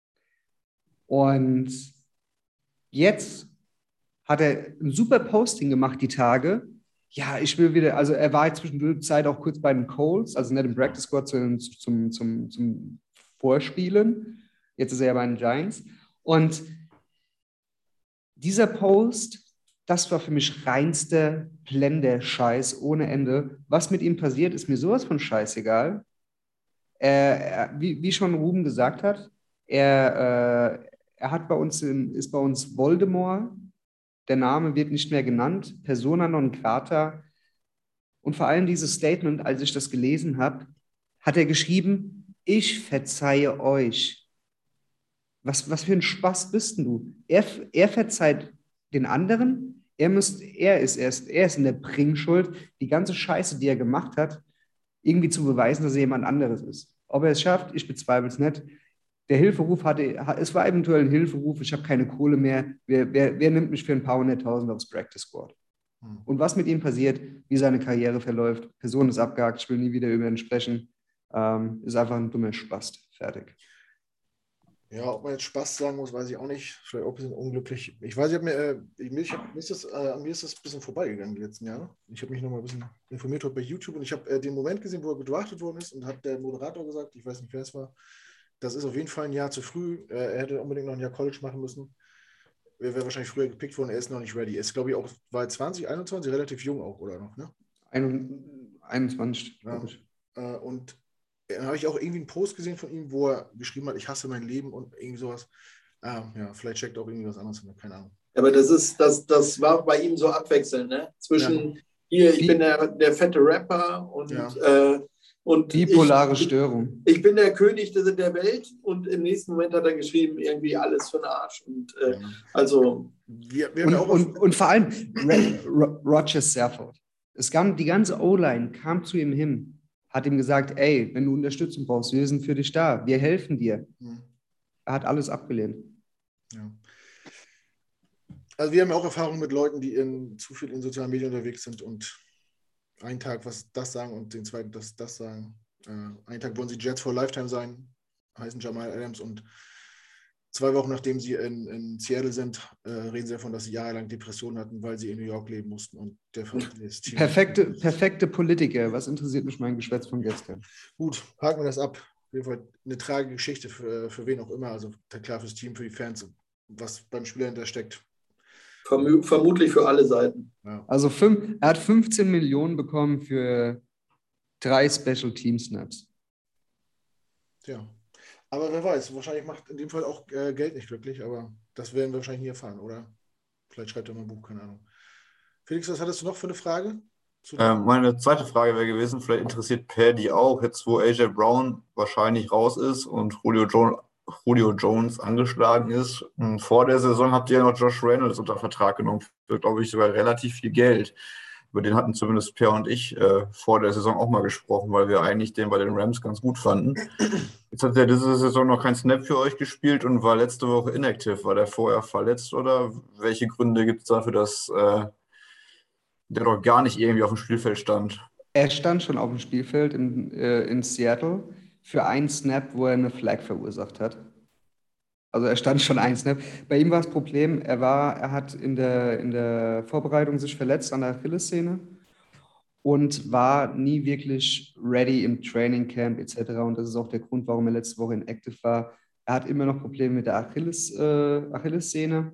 Und jetzt hat er ein super Posting gemacht die Tage. Ja, ich will wieder, also er war jetzt zwischendurch auch kurz bei den Colts, also nicht im Practice Squad, sondern zum, zum, zum Vorspielen. Jetzt ist er ja bei den Giants. Und dieser Post das war für mich reinster Blender-Scheiß ohne Ende. Was mit ihm passiert, ist mir sowas von scheißegal. Er, er, wie, wie schon Ruben gesagt hat, er, äh, er hat bei uns in, ist bei uns Voldemort. Der Name wird nicht mehr genannt. Persona non grata. Und vor allem dieses Statement, als ich das gelesen habe, hat er geschrieben, ich verzeihe euch. Was, was für ein Spaß bist denn du? Er, er verzeiht den anderen, er, müsst, er, ist erst, er ist in der Bringschuld, die ganze Scheiße, die er gemacht hat, irgendwie zu beweisen, dass er jemand anderes ist. Ob er es schafft, ich bezweifle es nicht. Der Hilferuf hatte, es war eventuell ein Hilferuf, ich habe keine Kohle mehr, wer, wer, wer nimmt mich für ein paar hunderttausend aufs Practice Squad? Hm. Und was mit ihm passiert, wie seine Karriere verläuft, Person ist abgehakt, ich will nie wieder über ihn sprechen, ähm, ist einfach ein dummer Spast. Fertig. Ja, ob man jetzt Spaß sagen muss, weiß ich auch nicht. Vielleicht auch ein bisschen unglücklich. Ich weiß, ich habe mir, äh, ich hab, mir, ist das, äh, an mir ist das ein bisschen vorbeigegangen die letzten Jahre. Ich habe mich noch mal ein bisschen informiert heute bei YouTube und ich habe äh, den Moment gesehen, wo er gedraftet worden ist und hat der Moderator gesagt, ich weiß nicht, wer es war, das ist auf jeden Fall ein Jahr zu früh. Äh, er hätte unbedingt noch ein Jahr College machen müssen. Er wäre wahrscheinlich früher gepickt worden, er ist noch nicht ready. Er ist, glaube ich, auch, war zwanzig, einundzwanzig, relativ jung auch, oder noch, ne? einundzwanzig, ja. glaube ich. Äh, und dann habe ich auch irgendwie einen Post gesehen von ihm, wo er geschrieben hat, ich hasse mein Leben und irgendwie sowas. Ah, ja, vielleicht checkt auch irgendwie was anderes hin, keine Ahnung. Aber das ist, das, das war bei ihm so abwechselnd, ne? Zwischen ja. hier, ich Bi- bin der, der fette Rapper und, Ja. äh, und Bipolare ich, Störung. Ich bin der König der Welt und im nächsten Moment hat er geschrieben, irgendwie alles für den Arsch. Und äh, Ja. also. Wir, wir und, haben ja auch und, und vor allem Ro- Roger Serford. Es kam, die ganze O-Line kam zu ihm hin, hat ihm gesagt, ey, wenn du Unterstützung brauchst, wir sind für dich da, wir helfen dir. Hm. Er hat alles abgelehnt. Ja. Also wir haben ja auch Erfahrungen mit Leuten, die in, zu viel in sozialen Medien unterwegs sind und einen Tag was das sagen und den zweiten das das sagen. Äh, einen Tag wollen sie Jets for Lifetime sein, heißen Jamal Adams, und zwei Wochen nachdem sie in, in Seattle sind, äh, reden sie davon, dass sie jahrelang Depressionen hatten, weil sie in New York leben mussten und der das Team. Perfekte, perfekte Politiker. Was interessiert mich mein Geschwätz von gestern? Gut, haken wir das ab. Auf jeden Fall eine tragische Geschichte für, für wen auch immer. Also klar fürs Team, für die Fans, was beim Spieler hinter steckt. Verm- vermutlich für alle Seiten. Ja. Also fünf, er hat fünfzehn Millionen bekommen für drei Special Team Snaps. Tja. Aber wer weiß, wahrscheinlich macht in dem Fall auch äh, Geld nicht glücklich, aber das werden wir wahrscheinlich nie erfahren, oder? Vielleicht schreibt er mal ein Buch, keine Ahnung. Felix, was hattest du noch für eine Frage? Zu Ähm, meine zweite Frage wäre gewesen, vielleicht interessiert Per die auch, jetzt wo A J Brown wahrscheinlich raus ist und Julio, jo- Julio Jones angeschlagen ist. Und vor der Saison habt ihr ja noch Josh Reynolds unter Vertrag genommen für, glaube ich, sogar relativ viel Geld. Über den hatten zumindest Per und ich äh, vor der Saison auch mal gesprochen, weil wir eigentlich den bei den Rams ganz gut fanden. Jetzt hat er diese Saison noch keinen Snap für euch gespielt und war letzte Woche inactive. War der vorher verletzt oder welche Gründe gibt es dafür, dass äh, der doch gar nicht irgendwie auf dem Spielfeld stand? Er stand schon auf dem Spielfeld in, äh, in Seattle für einen Snap, wo er eine Flag verursacht hat. Also er stand schon einen Snap. Bei ihm war das Problem, er war, er hat in der, in der Vorbereitung sich verletzt an der Achillessehne und war nie wirklich ready im Training Camp et cetera. Und das ist auch der Grund, warum er letzte Woche inactive war. Er hat immer noch Probleme mit der Achilles, äh, Achillessehne.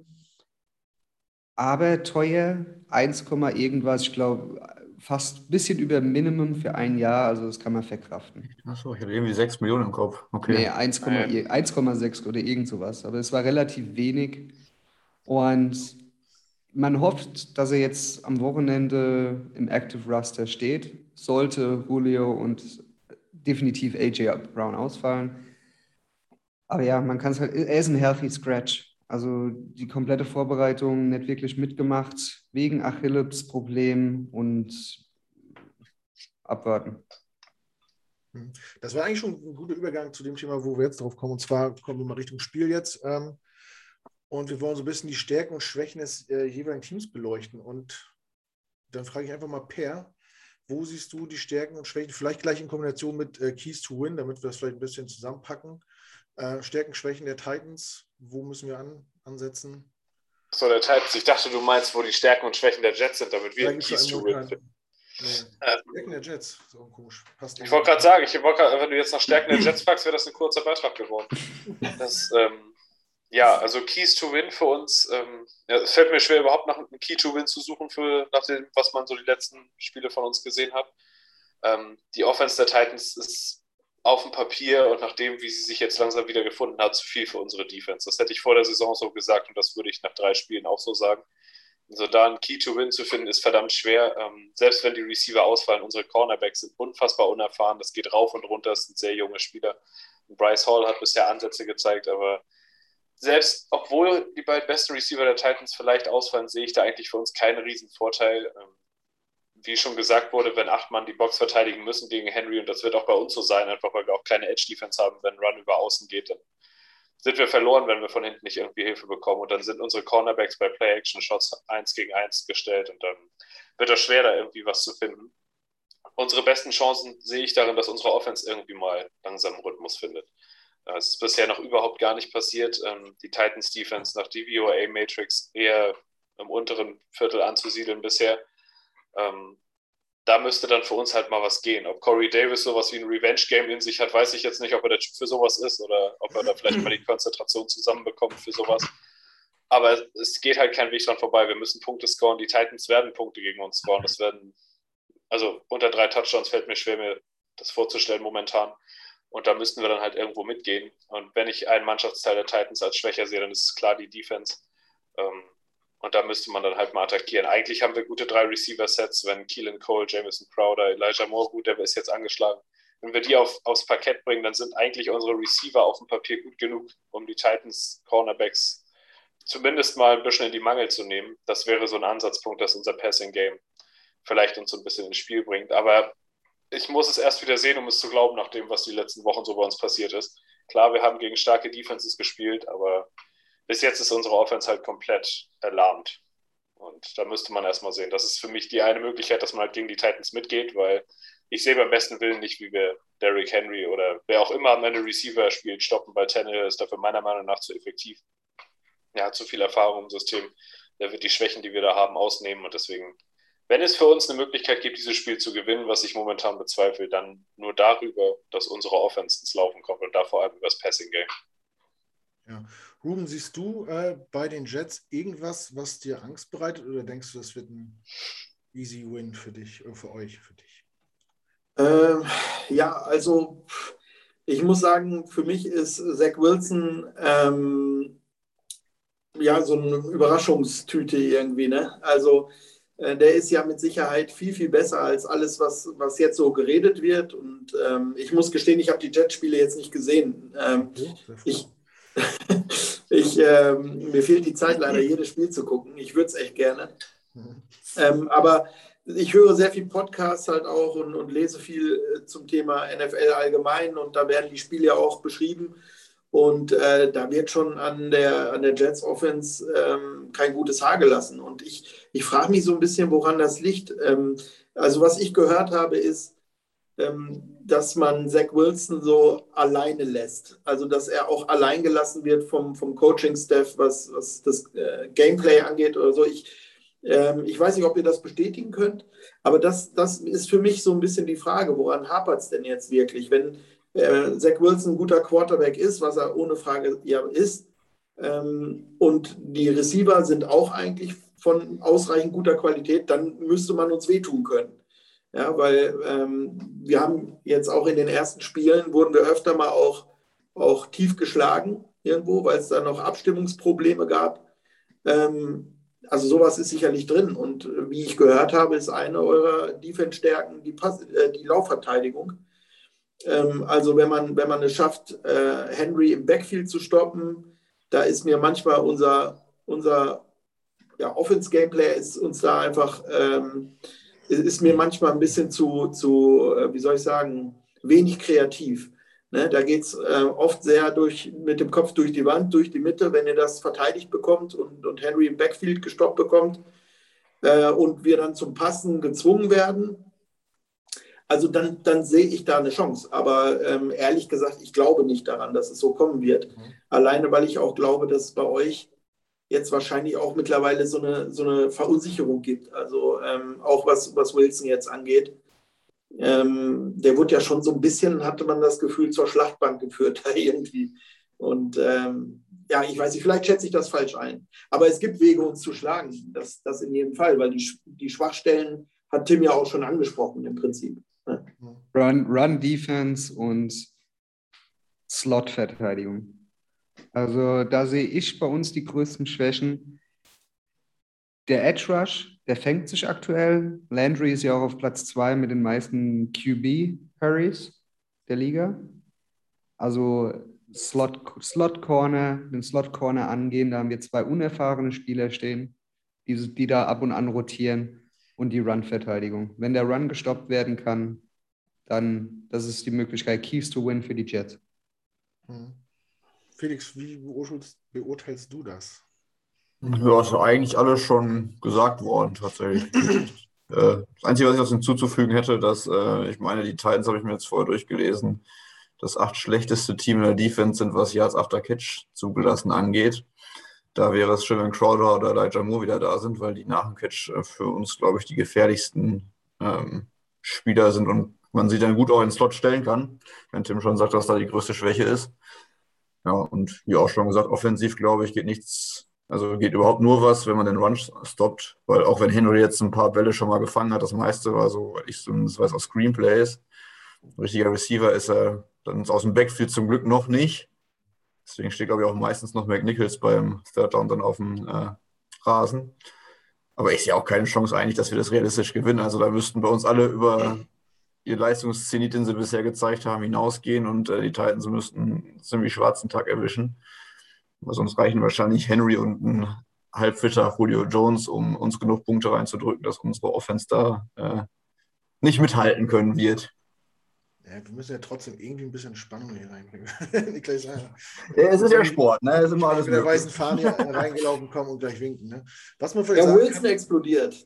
Aber teuer, eins, irgendwas, ich glaube, fast ein bisschen über Minimum für ein Jahr, also das kann man verkraften. Achso, ich hatte irgendwie sechs Millionen im Kopf. Okay. Nee, eins Komma sechs oder irgend sowas, aber es war relativ wenig. Und man hofft, dass er jetzt am Wochenende im Active Roster steht, sollte Julio und definitiv A J Brown ausfallen. Aber ja, man kann es halt, er ist ein healthy scratch. Also die komplette Vorbereitung nicht wirklich mitgemacht, wegen Achilles-Problem und abwarten. Das war eigentlich schon ein guter Übergang zu dem Thema, wo wir jetzt drauf kommen. Und zwar kommen wir mal Richtung Spiel jetzt. Ähm, und wir wollen so ein bisschen die Stärken und Schwächen des äh, jeweiligen Teams beleuchten. Und dann frage ich einfach mal Per, wo siehst du die Stärken und Schwächen? Vielleicht gleich in Kombination mit äh, Keys to Win, damit wir das vielleicht ein bisschen zusammenpacken. Äh, Stärken, Schwächen der Titans, wo müssen wir an, ansetzen? So, der Titans, ich dachte, du meinst, wo die Stärken und Schwächen der Jets sind, damit wir Da in gibt's Keys ja to immer Win finden. Nee. Äh, Stärken der Jets, so komisch. Passt Ich wollte gerade sagen, ich wollt grad, wenn du jetzt nach Stärken der Jets fragst, wäre das ein kurzer Beitrag geworden. Das, ähm, Ja, also Keys to Win für uns. Ähm, ja, es fällt mir schwer, überhaupt nach einem Key to Win zu suchen, für, nach dem, was man so die letzten Spiele von uns gesehen hat. Ähm, die Offense der Titans ist auf dem Papier und nach dem, wie sie sich jetzt langsam wieder gefunden hat, zu viel für unsere Defense. Das hätte ich vor der Saison so gesagt und das würde ich nach drei Spielen auch so sagen. Also da ein Key to Win zu finden, ist verdammt schwer. Ähm, selbst wenn die Receiver ausfallen, unsere Cornerbacks sind unfassbar unerfahren. Das geht rauf und runter, das sind sehr junge Spieler. Und Bryce Hall hat bisher Ansätze gezeigt, aber selbst obwohl die beiden besten Receiver der Titans vielleicht ausfallen, sehe ich da eigentlich für uns keinen riesen Vorteil. Ähm, wie schon gesagt wurde, wenn acht Mann die Box verteidigen müssen gegen Henry, und das wird auch bei uns so sein, einfach weil wir auch keine Edge-Defense haben, wenn Run über außen geht, dann sind wir verloren, wenn wir von hinten nicht irgendwie Hilfe bekommen. Und dann sind unsere Cornerbacks bei Play-Action-Shots eins gegen eins gestellt und dann wird das schwer, da irgendwie was zu finden. Unsere besten Chancen sehe ich darin, dass unsere Offense irgendwie mal langsam einen Rhythmus findet. Es ist bisher noch überhaupt gar nicht passiert. Die Titans-Defense nach D V O A-Matrix eher im unteren Viertel anzusiedeln bisher. Da müsste dann für uns halt mal was gehen. Ob Corey Davis sowas wie ein Revenge-Game in sich hat, weiß ich jetzt nicht, ob er der Typ für sowas ist oder ob er da vielleicht mal die Konzentration zusammenbekommt für sowas. Aber es geht halt kein Weg dran vorbei. Wir müssen Punkte scoren. Die Titans werden Punkte gegen uns scoren. Das werden, also unter drei Touchdowns fällt mir schwer, mir das vorzustellen momentan. Und da müssten wir dann halt irgendwo mitgehen. Und wenn ich einen Mannschaftsteil der Titans als schwächer sehe, dann ist es klar die Defense. Und da müsste man dann halt mal attackieren. Eigentlich haben wir gute drei Receiver-Sets, wenn Keelan Cole, Jamison Crowder, Elijah Moore, gut, der ist jetzt angeschlagen. Wenn wir die auf, aufs Parkett bringen, dann sind eigentlich unsere Receiver auf dem Papier gut genug, um die Titans Cornerbacks zumindest mal ein bisschen in die Mangel zu nehmen. Das wäre so ein Ansatzpunkt, dass unser Passing-Game vielleicht uns so ein bisschen ins Spiel bringt. Aber ich muss es erst wieder sehen, um es zu glauben, nach dem, was die letzten Wochen so bei uns passiert ist. Klar, wir haben gegen starke Defenses gespielt, aber bis jetzt ist unsere Offense halt komplett erlahmt. Und da müsste man erstmal sehen. Das ist für mich die eine Möglichkeit, dass man halt gegen die Titans mitgeht, weil ich sehe beim besten Willen nicht, wie wir Derrick Henry oder wer auch immer am Ende Receiver spielt, stoppen, weil Tannehill ist dafür meiner Meinung nach zu effektiv. Er hat zu viel Erfahrung im System. Der wird die Schwächen, die wir da haben, ausnehmen. Und deswegen, wenn es für uns eine Möglichkeit gibt, dieses Spiel zu gewinnen, was ich momentan bezweifle, dann nur darüber, dass unsere Offense ins Laufen kommt und da vor allem über das Passing-Game. Ja. Ruben, siehst du äh, bei den Jets irgendwas, was dir Angst bereitet, oder denkst du, das wird ein easy Win für dich, äh, für euch, für dich? Ähm, ja, also ich muss sagen, für mich ist Zach Wilson ähm, ja so eine Überraschungstüte irgendwie, ne? Also äh, der ist ja mit Sicherheit viel, viel besser als alles, was, was jetzt so geredet wird. Und ähm, ich muss gestehen, ich habe die Jet-Spiele jetzt nicht gesehen. Ähm, Oh, ich ich, ähm, mir fehlt die Zeit leider, jedes Spiel zu gucken. Ich würde es echt gerne. Ähm, aber ich höre sehr viel Podcasts halt auch und, und lese viel äh, zum Thema N F L allgemein, und da werden die Spiele ja auch beschrieben. Und äh, da wird schon an der, an der Jets Offense ähm, kein gutes Haar gelassen. Und ich, ich frage mich so ein bisschen, woran das liegt. Ähm, also was ich gehört habe, ist, ähm, dass man Zach Wilson so alleine lässt. Also dass er auch allein gelassen wird vom, vom Coaching-Staff, was, was das äh, Gameplay angeht oder so. Ich, ähm, ich weiß nicht, ob ihr das bestätigen könnt, aber das, das ist für mich so ein bisschen die Frage, woran hapert es denn jetzt wirklich? Wenn äh, Zach Wilson ein guter Quarterback ist, was er ohne Frage ja ist, ähm, und die Receiver sind auch eigentlich von ausreichend guter Qualität, dann müsste man uns wehtun können. Ja, weil ähm, wir haben jetzt auch in den ersten Spielen, wurden wir öfter mal auch, auch tief geschlagen irgendwo, weil es da noch Abstimmungsprobleme gab. Ähm, also sowas ist sicherlich drin. Und äh, wie ich gehört habe, ist eine eurer Defense-Stärken die, Pass äh, die Laufverteidigung. Ähm, also wenn man, wenn man es schafft, äh, Henry im Backfield zu stoppen, da ist mir manchmal unser, unser ja, Offense-Gameplay ist uns da einfach... Ähm, ist mir manchmal ein bisschen zu, zu, wie soll ich sagen, wenig kreativ. Ne? Da geht es äh, oft sehr durch, mit dem Kopf durch die Wand, durch die Mitte, wenn ihr das verteidigt bekommt und, und Henry im Backfield gestoppt bekommt äh, und wir dann zum Passen gezwungen werden. Also dann, dann sehe ich da eine Chance. Aber ähm, ehrlich gesagt, ich glaube nicht daran, dass es so kommen wird. Mhm. Alleine, weil ich auch glaube, dass es bei euch jetzt wahrscheinlich auch mittlerweile so eine, so eine Verunsicherung gibt. Also ähm, auch was, was Wilson jetzt angeht. Ähm, der wurde ja schon so ein bisschen, hatte man das Gefühl, zur Schlachtbank geführt da irgendwie. Und ähm, ja, ich weiß nicht, vielleicht schätze ich das falsch ein. Aber es gibt Wege, uns zu schlagen. Das, das in jedem Fall, weil die, die Schwachstellen hat Tim ja auch schon angesprochen im Prinzip. Ne? Run, Run Defense und Slot-Verteidigung. Also da sehe ich bei uns die größten Schwächen. Der Edge Rush, der fängt sich aktuell. Landry ist ja auch auf Platz zwei mit den meisten Q B-Hurries der Liga. Also Slot, Slot Corner, den Slot Corner angehen, da haben wir zwei unerfahrene Spieler stehen, die, die da ab und an rotieren, und die Run-Verteidigung. Wenn der Run gestoppt werden kann, dann, das ist die Möglichkeit, Keys to Win für die Jets. Hm. Felix, wie beurteilst, beurteilst du das? Ja, ist eigentlich alles schon gesagt worden, tatsächlich. äh, das Einzige, was ich noch hinzuzufügen hätte, dass äh, ich meine, die Titans habe ich mir jetzt vorher durchgelesen, das acht schlechteste Team in der Defense sind, was Yards after Catch zugelassen angeht. Da wäre es schön, wenn Crowder oder Elijah Moore wieder da sind, weil die nach dem Catch äh, für uns, glaube ich, die gefährlichsten ähm, Spieler sind und man sie dann gut auch in den Slot stellen kann, wenn Tim schon sagt, dass da die größte Schwäche ist. Ja, und wie auch schon gesagt, offensiv, glaube ich, geht nichts, also geht überhaupt nur was, wenn man den Run stoppt, weil auch wenn Henry jetzt ein paar Bälle schon mal gefangen hat, das meiste war so, weil ich zumindest weiß, aus Screenplays. Ein richtiger Receiver ist er dann aus dem Backfield zum Glück noch nicht. Deswegen steht, glaube ich, auch meistens noch McNichols beim Third Down dann auf dem äh, Rasen. Aber ich sehe auch keine Chance eigentlich, dass wir das realistisch gewinnen. Also da müssten bei uns alle über ihr Leistungszenit, den sie bisher gezeigt haben, hinausgehen und äh, die Titans müssten einen ziemlich schwarzen Tag erwischen. Aber sonst reichen wahrscheinlich Henry und ein halbfitter Julio Jones, um uns genug Punkte reinzudrücken, dass unsere Offense da äh, nicht mithalten können wird. Ja, wir müssen ja trotzdem irgendwie ein bisschen Spannung hier reinbringen. Nicht gleich sagen. Ja, es ist ja Sport, ne? Es ist immer alles mit der möglich. weißen Fahne reingelaufen kommen und gleich winken. Ne? Was man vielleicht Der sagen Wilson explodiert.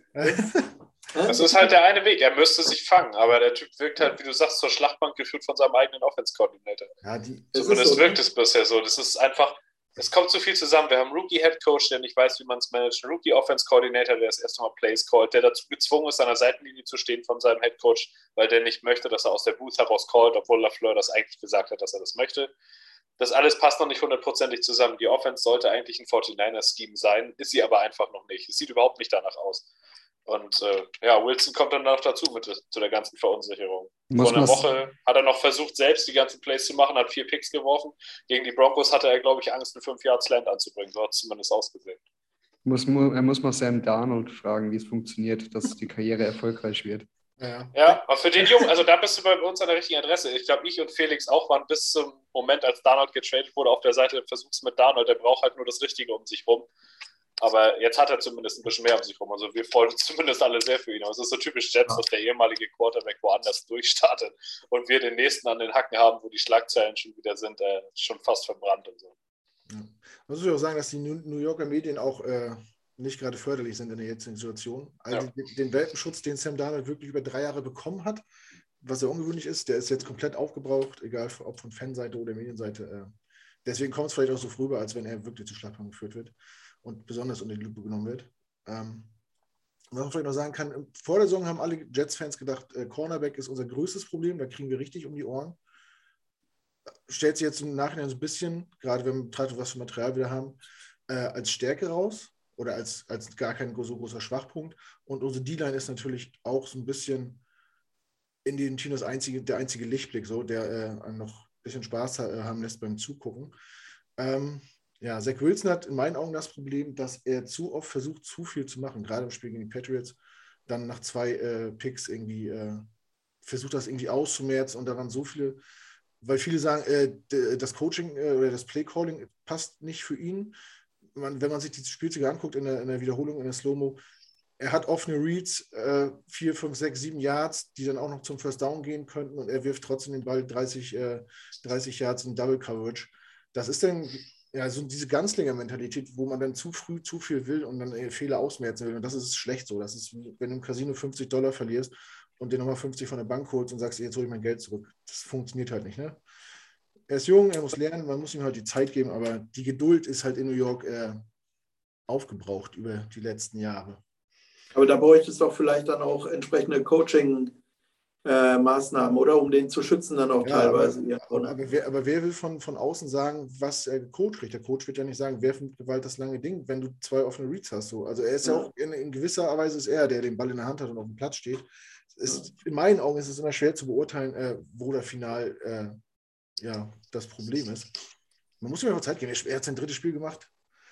Das ist halt der eine Weg. Er müsste sich fangen, aber der Typ wirkt halt, wie du sagst, zur Schlachtbank geführt von seinem eigenen Offense-Coordinator. Ja, die, Zumindest so, wirkt ne? es bisher so. Das ist einfach, es kommt zu viel zusammen. Wir haben einen Rookie-Head-Coach, der nicht weiß, wie man es managt, einen Rookie-Offense-Coordinator, der das erste Mal Plays callt, der dazu gezwungen ist, an der Seitenlinie zu stehen von seinem Head-Coach, weil der nicht möchte, dass er aus der Booth heraus callt, obwohl LaFleur das eigentlich gesagt hat, dass er das möchte. Das alles passt noch nicht hundertprozentig zusammen. Die Offense sollte eigentlich ein forty-niners-Scheme sein, ist sie aber einfach noch nicht. Es sieht überhaupt nicht danach aus. Und äh, ja, Wilson kommt dann noch dazu mit zu der ganzen Verunsicherung. Muss Vor einer man- Woche hat er noch versucht, selbst die ganzen Plays zu machen, hat vier Picks geworfen. Gegen die Broncos hatte er, glaube ich, Angst, einen fünf Yards Land anzubringen. So hat es zumindest ausgesehen. Muss, mu- er muss mal Sam Darnold fragen, wie es funktioniert, dass die Karriere erfolgreich wird. ja. Ja, aber für den Jungen, also da bist du bei uns an der richtigen Adresse. Ich glaube, ich und Felix auch waren bis zum Moment, als Darnold getradet wurde, auf der Seite, versuch's mit Darnold. Der braucht halt nur das Richtige um sich rum. Aber jetzt hat er zumindest ein bisschen mehr um sich rum. Also wir freuen uns zumindest alle sehr für ihn. Aber es ist so typisch Jets, dass der ehemalige Quarterback woanders durchstartet und wir den nächsten an den Hacken haben, wo die Schlagzeilen schon wieder sind, äh, schon fast verbrannt und so. Ja. Man muss ja auch sagen, dass die New Yorker Medien auch äh, nicht gerade förderlich sind in der jetzigen Situation. Also Ja. den, den Welpenschutz, den Sam Darnold wirklich über drei Jahre bekommen hat, was ja ungewöhnlich ist, der ist jetzt komplett aufgebraucht, egal ob von Fanseite oder Medienseite. Äh, deswegen kommt es vielleicht auch so rüber, als wenn er wirklich zur Schlachtbank geführt wird und besonders unter die Lupe genommen wird. Ähm, was man vielleicht noch sagen kann, vor der Saison haben alle Jets-Fans gedacht, äh, Cornerback ist unser größtes Problem, da kriegen wir richtig um die Ohren. Stellt sich jetzt im Nachhinein so ein bisschen, gerade wenn man betrachtet, was für Material wir haben, äh, als Stärke raus oder als, als gar kein so großer Schwachpunkt. Und unsere D-Line ist natürlich auch so ein bisschen in den Chinos einzige, der einzige Lichtblick, so, der äh, noch ein bisschen Spaß ha- haben lässt beim Zugucken. Ähm, ja, Zach Wilson hat in meinen Augen das Problem, dass er zu oft versucht, zu viel zu machen, gerade im Spiel gegen die Patriots, dann nach zwei äh, Picks irgendwie äh, versucht, das irgendwie auszumerzen und da waren so viele, weil viele sagen, äh, d- das Coaching äh, oder das Play-Calling passt nicht für ihn. Man, wenn man sich die Spielzüge anguckt in der, in der Wiederholung, in der Slow-Mo, er hat offene Reads, äh, vier, fünf, sechs, sieben Yards, die dann auch noch zum First Down gehen könnten und er wirft trotzdem den Ball dreißig, äh, dreißig Yards in Double Coverage. Das ist dann ja so diese Ganzlinger-Mentalität, wo man dann zu früh zu viel will und dann äh, Fehler ausmerzen will. Und das ist schlecht so. Das ist wie, wenn du im Casino fünfzig Dollar verlierst und dir nochmal fünfzig von der Bank holst und sagst, jetzt hole ich mein Geld zurück. Das funktioniert halt nicht, ne? Er ist jung, er muss lernen, man muss ihm halt die Zeit geben, aber die Geduld ist halt in New York äh, aufgebraucht über die letzten Jahre. Aber da bräuchte es doch vielleicht dann auch entsprechende Coaching, äh, Maßnahmen, oder? Um den zu schützen dann auch Ja, teilweise. aber, Ja, aber, aber, wer, aber wer will von, von außen sagen, was der Coach kriegt? Der Coach wird ja nicht sagen, werfen mit Gewalt das lange Ding, wenn du zwei offene Reads hast. So. Also er ist ja, Ja. auch, in, in gewisser Weise ist er, der den Ball in der Hand hat und auf dem Platz steht. Ist, in meinen Augen ist es immer schwer zu beurteilen, äh, wo da final äh, ja, das Problem ist. Man muss ihm einfach Zeit geben. Er, er hat sein drittes Spiel gemacht.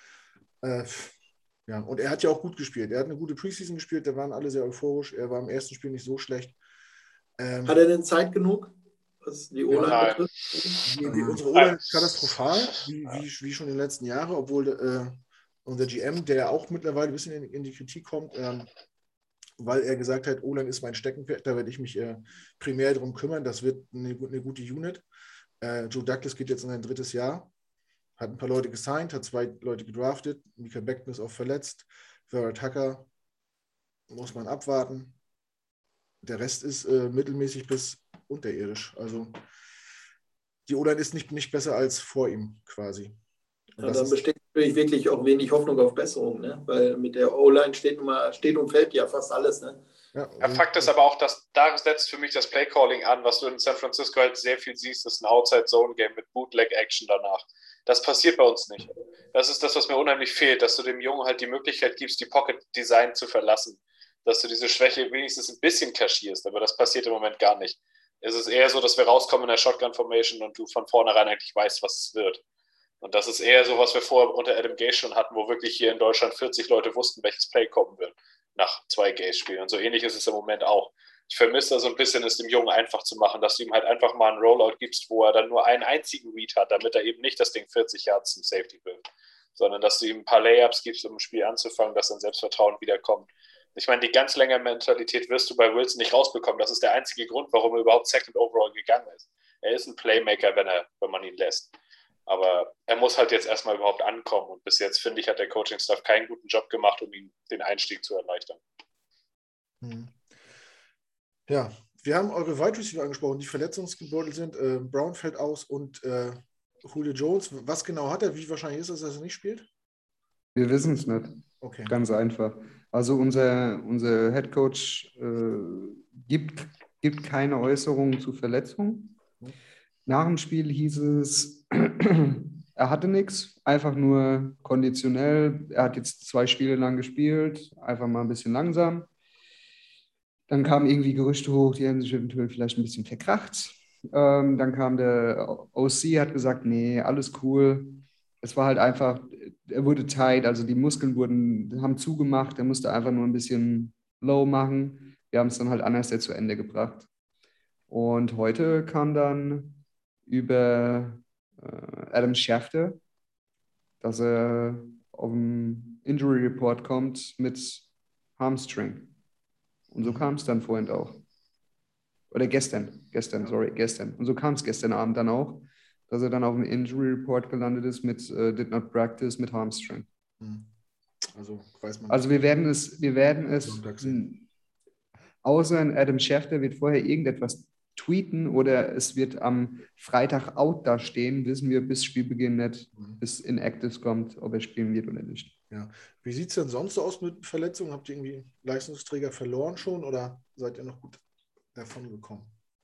Äh, ja, und er hat ja auch gut gespielt. Er hat eine gute Preseason gespielt, da waren alle sehr euphorisch. Er war im ersten Spiel nicht so schlecht. Ähm, Hat er denn Zeit genug, was die O-Line Nein. betrifft? Die, die, unsere O-Line ist katastrophal, wie, wie, wie schon in den letzten Jahren, obwohl äh, unser G M, der auch mittlerweile ein bisschen in, in die Kritik kommt, ähm, weil er gesagt hat, O-Line ist mein Steckenpferd, da werde ich mich äh, primär darum kümmern, das wird eine, eine gute Unit. Äh, Joe Douglas geht jetzt in sein drittes Jahr, hat ein paar Leute gesigned, hat zwei Leute gedraftet, Mika Beckton ist auch verletzt, Vera Tucker muss man abwarten. Der Rest ist äh, mittelmäßig bis unterirdisch. Also die O-Line ist nicht, nicht besser als vor ihm quasi. Und Ja, das dann ist, besteht natürlich wirklich auch wenig Hoffnung auf Besserung, ne? Weil mit der O-Line steht, nun mal- steht und fällt ja fast alles. Ne? ja, Ja, Fakt ist aber auch, dass da setzt für mich das Playcalling an, was du in San Francisco halt sehr viel siehst, ist ein Outside-Zone-Game mit Bootleg-Action danach. Das passiert bei uns nicht. Das ist das, was mir unheimlich fehlt, dass du dem Jungen halt die Möglichkeit gibst, die Pocket-Design zu verlassen. Dass du diese Schwäche wenigstens ein bisschen kaschierst, aber das passiert im Moment gar nicht. Es ist eher so, dass wir rauskommen in der Shotgun-Formation und du von vornherein eigentlich weißt, was es wird. Und das ist eher so, was wir vorher unter Adam Gase schon hatten, wo wirklich hier in Deutschland vierzig Leute wussten, welches Play kommen wird nach zwei Gase-Spielen. Und so ähnlich ist es im Moment auch. Ich vermisse da so ein bisschen, es dem Jungen einfach zu machen, dass du ihm halt einfach mal einen Rollout gibst, wo er dann nur einen einzigen Read hat, damit er eben nicht das Ding vierzig Yards zum Safety wirft, sondern dass du ihm ein paar Layups gibst, um ein Spiel anzufangen, dass sein Selbstvertrauen wiederkommt. Ich meine, die ganz längere Mentalität wirst du bei Wilson nicht rausbekommen. Das ist der einzige Grund, warum er überhaupt Second Overall gegangen ist. Er ist ein Playmaker, wenn, er, wenn man ihn lässt. Aber er muss halt jetzt erstmal überhaupt ankommen. Und bis jetzt, finde ich, hat der Coaching-Staff keinen guten Job gemacht, um ihm den Einstieg zu erleichtern. Hm. Ja, wir haben eure Wide Receiver angesprochen, die verletzungsgebeutelt sind. Äh, Brown fällt aus und äh, Julio Jones. Was genau hat er? Wie wahrscheinlich ist es, dass er nicht spielt? Wir wissen es nicht. Okay. Ganz einfach. Also unser, unser Head Coach äh, gibt, gibt keine Äußerungen zu Verletzungen. Nach dem Spiel hieß es, er hatte nichts, einfach nur konditionell. Er hat jetzt zwei Spiele lang gespielt, einfach mal ein bisschen langsam. Dann kamen irgendwie Gerüchte hoch, die haben sich eventuell vielleicht ein bisschen verkracht. Ähm, dann kam der O C, hat gesagt, nee, alles cool. Es war halt einfach, er wurde tight, also die Muskeln wurden, haben zugemacht, er musste einfach nur ein bisschen low machen. Wir haben es dann halt anders zu Ende gebracht. Und heute kam dann über äh, Adam Schefter, dass er auf dem Injury Report kommt mit Hamstring. Und so kam es dann vorhin auch. Oder gestern, gestern, sorry, gestern. Und so kam es gestern Abend dann auch, dass er dann auf dem Injury Report gelandet ist mit uh, Did not practice mit Hamstring. Also weiß man. Also wir werden es, wir werden es, m, außer ein Adam Schefter wird vorher irgendetwas tweeten oder es wird am Freitag out da stehen, wissen wir bis Spielbeginn nicht, mhm. bis Inactives kommt, ob er spielen wird oder nicht. Ja. Wie sieht es denn sonst so aus mit Verletzungen? Habt ihr irgendwie Leistungsträger verloren schon oder seid ihr noch gut davon gekommen?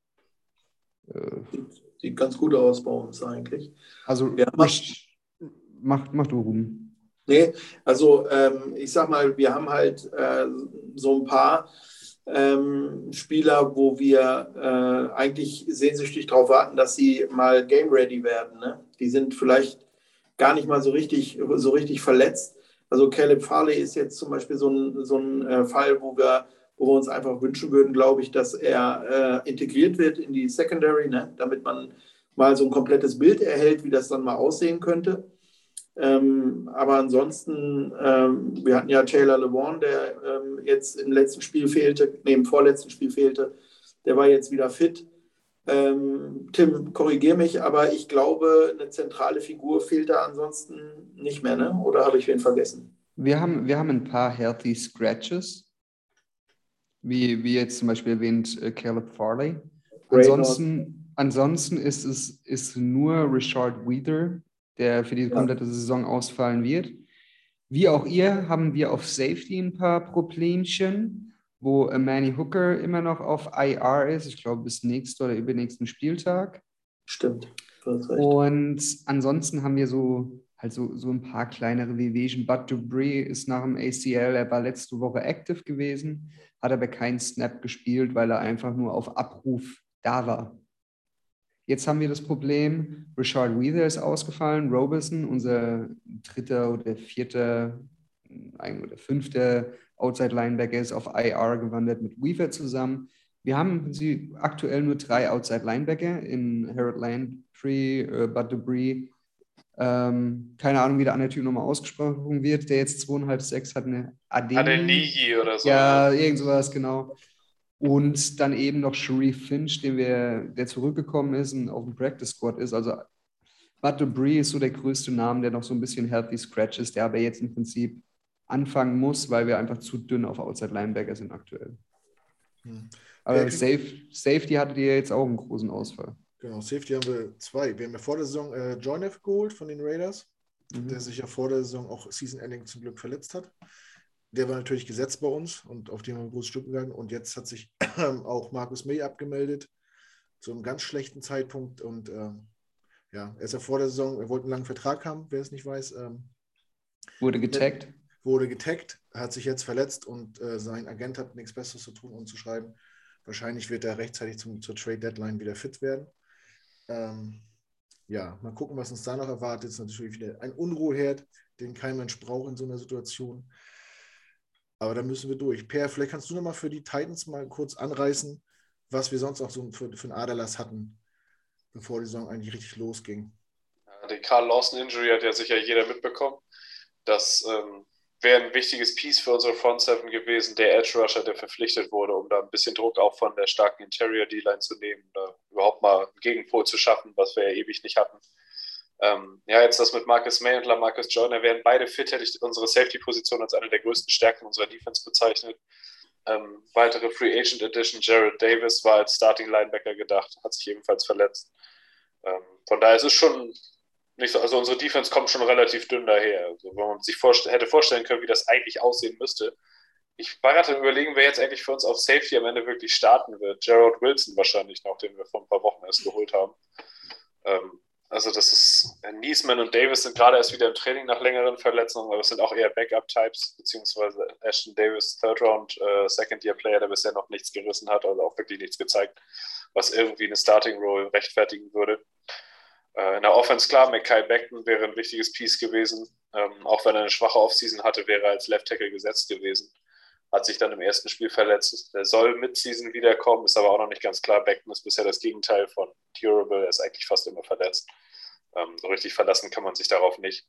Sieht, sieht ganz gut aus bei uns eigentlich. Also ja, mach, mach du rum. Nee, also ähm, ich sag mal, wir haben halt äh, so ein paar ähm, Spieler, wo wir äh, eigentlich sehnsüchtig darauf warten, dass sie mal game ready werden. Ne? Die sind vielleicht gar nicht mal so richtig, so richtig verletzt. Also Caleb Farley ist jetzt zum Beispiel so ein, so ein äh, Fall, wo wir, wo wir uns einfach wünschen würden, glaube ich, dass er äh, integriert wird in die Secondary, ne? Damit man mal so ein komplettes Bild erhält, wie das dann mal aussehen könnte. Ähm, aber ansonsten, ähm, wir hatten ja Taylor Lewan, der ähm, jetzt im letzten Spiel fehlte, nee, im vorletzten Spiel fehlte, der war jetzt wieder fit. Ähm, Tim, korrigier mich, aber ich glaube, eine zentrale Figur fehlt da ansonsten nicht mehr, ne? Oder habe ich wen vergessen? Wir haben, wir haben ein paar healthy Scratches, wie, wie jetzt zum Beispiel erwähnt äh, Caleb Farley. Ansonsten, ansonsten ist es ist nur Richard Wheeler, der für die komplette ja. Saison ausfallen wird. Wie auch ihr haben wir auf Safety ein paar Problemchen. wo Amani Hooker immer noch auf I R ist, ich glaube bis nächsten oder übernächsten Spieltag. Stimmt, du hast recht. Und ansonsten haben wir so halt so, so ein paar kleinere Wehwehchen. Bud Dupree ist nach dem A C L, er war letzte Woche active gewesen, hat aber keinen Snap gespielt, weil er einfach nur auf Abruf da war. Jetzt haben wir das Problem, Rashard Weather ist ausgefallen, Roberson, unser dritter oder vierter oder fünfter Outside-Linebacker, ist auf I R gewandert mit Weaver zusammen. Wir haben sie aktuell nur drei Outside-Linebacker in Harold Landry, äh, Bud Dupree. Ähm, keine Ahnung, wie der andere Typ nochmal ausgesprochen wird, der jetzt zweieinhalb sechs hat, eine Adeni. Adeniji oder so. Ja, irgend sowas, genau. Und dann eben noch Sharif Finch, den wir, der zurückgekommen ist und auf dem Practice Squad ist. Also Bud Dupree ist so der größte Name, der noch so ein bisschen healthy scratch ist, der aber jetzt im Prinzip anfangen muss, weil wir einfach zu dünn auf Outside Linebacker sind aktuell. Hm. Aber Ja, Safe, Safety hattet ihr jetzt auch einen großen Ausfall. Genau, Safety haben wir zwei. Wir haben ja vor der Saison äh, Joyneff geholt von den Raiders, Mhm. der sich ja vor der Saison auch Season-Ending zum Glück verletzt hat. Der war natürlich gesetzt bei uns und auf den haben wir groß Stück gegangen. Und jetzt hat sich auch Marcus May abgemeldet zu einem ganz schlechten Zeitpunkt. Und ähm, ja, er ist ja vor der Saison, er wollte einen langen Vertrag haben, wer es nicht weiß. Ähm, Wurde getaggt. wurde getaggt, hat sich jetzt verletzt und äh, sein Agent hat nichts Besseres zu tun, um zu schreiben. Wahrscheinlich wird er rechtzeitig zum, zur Trade-Deadline wieder fit werden. Ähm, ja, mal gucken, was uns da noch erwartet. Das ist natürlich wieder ein Unruheherd, den kein Mensch braucht in so einer Situation. Aber da müssen wir durch. Per, vielleicht kannst du noch mal für die Titans mal kurz anreißen, was wir sonst auch so für, für einen Aderlass hatten, bevor die Saison eigentlich richtig losging. Die Carl Lawson-Injury hat ja sicher jeder mitbekommen. Das ähm, wäre ein wichtiges Piece für unsere Front Seven gewesen, der Edge Rusher, der verpflichtet wurde, um da ein bisschen Druck auch von der starken Interior D-Line zu nehmen, da überhaupt mal einen Gegenpol zu schaffen, was wir ja ewig nicht hatten. Ähm, ja, jetzt das mit Marcus May und LaMarcus Joyner, wären beide fit, hätte ich unsere Safety-Position als eine der größten Stärken unserer Defense bezeichnet. Ähm, weitere Free Agent Edition, Jared Davis war als Starting Linebacker gedacht, hat sich ebenfalls verletzt. Ähm, von daher ist es schon nicht so, also unsere Defense kommt schon relativ dünn daher. Also wenn man sich vorst- hätte vorstellen können, wie das eigentlich aussehen müsste. Ich war gerade überlegen, wer jetzt eigentlich für uns auf Safety am Ende wirklich starten wird. Gerald Wilson wahrscheinlich noch, den wir vor ein paar Wochen erst geholt haben. Ähm, also das ist, äh, Niesman und Davis sind gerade erst wieder im Training nach längeren Verletzungen, aber es sind auch eher Backup-Types, beziehungsweise Ashton Davis, Third-Round, äh, Second-Year-Player, der bisher noch nichts gerissen hat, also auch wirklich nichts gezeigt, was irgendwie eine Starting-Role rechtfertigen würde. Äh, in der Offense, klar, Mekhi Becton wäre ein wichtiges Piece gewesen. Ähm, auch wenn er eine schwache Offseason hatte, wäre er als Left-Tackle gesetzt gewesen. Hat sich dann im ersten Spiel verletzt. Der soll Mid-Season wiederkommen, ist aber auch noch nicht ganz klar. Becton ist bisher das Gegenteil von Durable, er ist eigentlich fast immer verletzt. Ähm, so richtig verlassen kann man sich darauf nicht.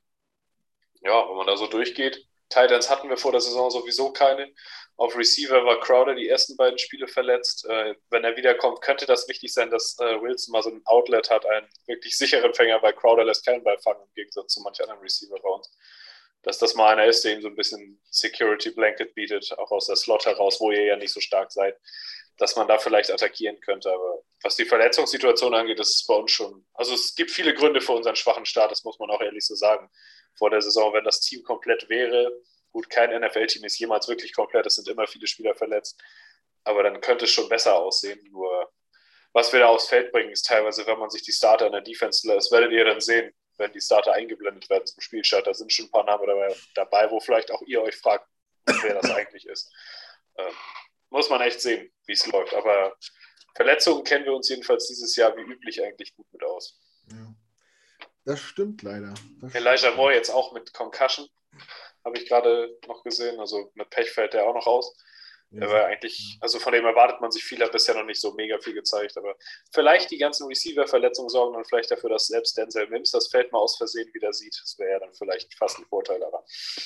Ja, wenn man da so durchgeht, Titans hatten wir vor der Saison sowieso keine. Auf Receiver war Crowder die ersten beiden Spiele verletzt. Äh, wenn er wiederkommt, könnte das wichtig sein, dass äh, Wilson mal so ein Outlet hat, einen wirklich sicheren Fänger, weil Crowder lässt keinen Ball fangen, im Gegensatz zu manchen anderen Receiver bei uns. Dass das mal einer ist, der ihm so ein bisschen Security Blanket bietet, auch aus der Slot heraus, wo ihr ja nicht so stark seid, dass man da vielleicht attackieren könnte. Aber was die Verletzungssituation angeht, ist es bei uns schon, also es gibt viele Gründe für unseren schwachen Start, das muss man auch ehrlich so sagen. Vor der Saison, wenn das Team komplett wäre, gut, kein N F L-Team ist jemals wirklich komplett, es sind immer viele Spieler verletzt, aber dann könnte es schon besser aussehen. Nur was wir da aufs Feld bringen, ist teilweise, wenn man sich die Starter in der Defense lässt, werdet ihr dann sehen, wenn die Starter eingeblendet werden zum Spielstart, da sind schon ein paar Namen dabei, dabei wo vielleicht auch ihr euch fragt, wer das eigentlich ist. Ähm, muss man echt sehen, wie es läuft. Aber Verletzungen kennen wir uns jedenfalls dieses Jahr wie üblich eigentlich gut mit aus. Ja. Das stimmt leider. Das Elijah stimmt. Moore jetzt auch mit Concussion, habe ich gerade noch gesehen. Also mit Pech fällt der auch noch aus. Ja, Aber eigentlich, also von dem erwartet man sich viel, hat bisher noch nicht so mega viel gezeigt. Aber vielleicht die ganzen Receiver-Verletzungen sorgen dann vielleicht dafür, dass selbst Denzel Mims das Feld mal aus Versehen wieder sieht. Das wäre ja dann vielleicht fast ein Vorteil daran.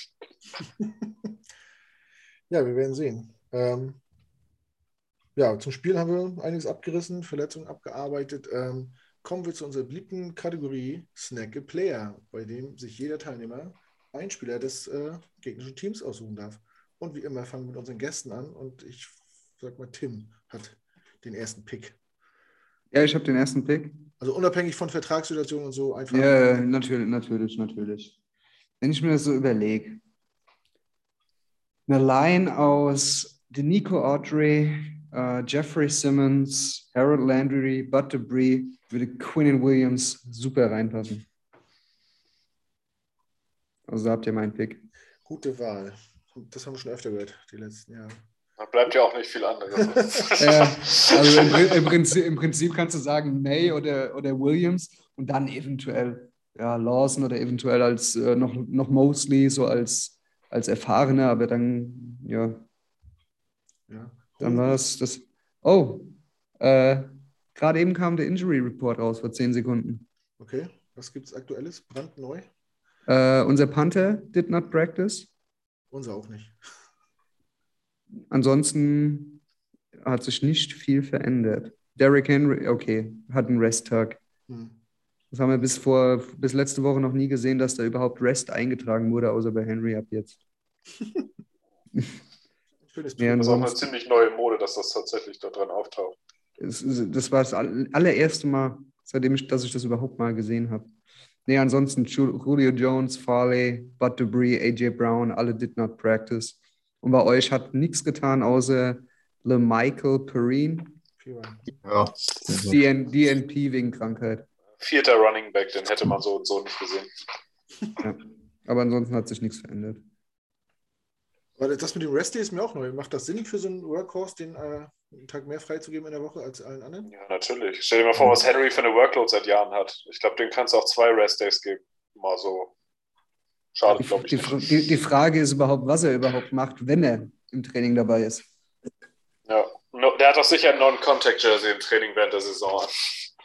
Ja, wir werden sehen. Ähm, ja, zum Spiel haben wir einiges abgerissen, Verletzungen abgearbeitet. Ähm, kommen wir zu unserer beliebten Kategorie Snack a Player, bei dem sich jeder Teilnehmer einen Spieler des äh, gegnerischen Teams aussuchen darf. Und wie immer fangen wir mit unseren Gästen an und ich sag mal, Tim hat den ersten Pick. Ja, ich habe den ersten Pick. Also unabhängig von Vertragssituationen und so einfach. Ja, natürlich, natürlich, natürlich. Wenn ich mir das so überlege, eine Line aus Denico Autry, uh, Jeffrey Simmons, Harold Landry, Bud Dupree, würde Quinnen Williams super reinpassen. Also da habt ihr meinen Pick. Gute Wahl. Das haben wir schon öfter gehört, die letzten Jahre. Da bleibt ja auch nicht viel anderes. Ja, also im, Pri- im, Prinzip, im Prinzip kannst du sagen May oder, oder Williams und dann eventuell ja, Lawson oder eventuell als äh, noch, noch Mosley so als, als Erfahrener, aber dann, ja, Ja. dann war das das. Oh, äh, gerade eben kam der Injury Report raus vor zehn Sekunden. Okay, was gibt es Aktuelles? Brandneu? Äh, unser Panther did not practice. Unser auch nicht. Ansonsten hat sich nicht viel verändert. Derrick Henry, okay, hat einen Resttag. Hm. Das haben wir bis vor, bis letzte Woche noch nie gesehen, dass da überhaupt Rest eingetragen wurde, außer bei Henry ab jetzt. Schönes Ja, Das ist auch eine ansonsten, ziemlich neue Mode, dass das tatsächlich da drin auftaucht. es, es- das war das all- allererste Mal, seitdem ich, dass ich das überhaupt mal gesehen habe. Nee, ansonsten Ju- Julio Jones, Farley, Bud Dupree, A J Brown, alle did not practice. Und bei euch hat nichts getan, außer LeMichael Perrine, Ja. D N, D N P wegen Krankheit. Vierter Running Back, den hätte man so und so nicht gesehen. Ja. Aber ansonsten hat sich nichts verändert. Aber das mit dem Rest Day ist mir auch neu. Macht das Sinn für so einen Workhorse, den äh, einen Tag mehr freizugeben in der Woche als allen anderen? Ja, natürlich. Stell dir mal vor, was Henry für eine Workload seit Jahren hat. Ich glaube, den kannst du auch zwei Rest-Days geben. Mal so. Schade, Die, glaube ich die, nicht. die, die Frage ist überhaupt, was er überhaupt macht, wenn er im Training dabei ist. Ja. No, der hat doch sicher ein Non-Contact-Jersey im Training während der Saison an.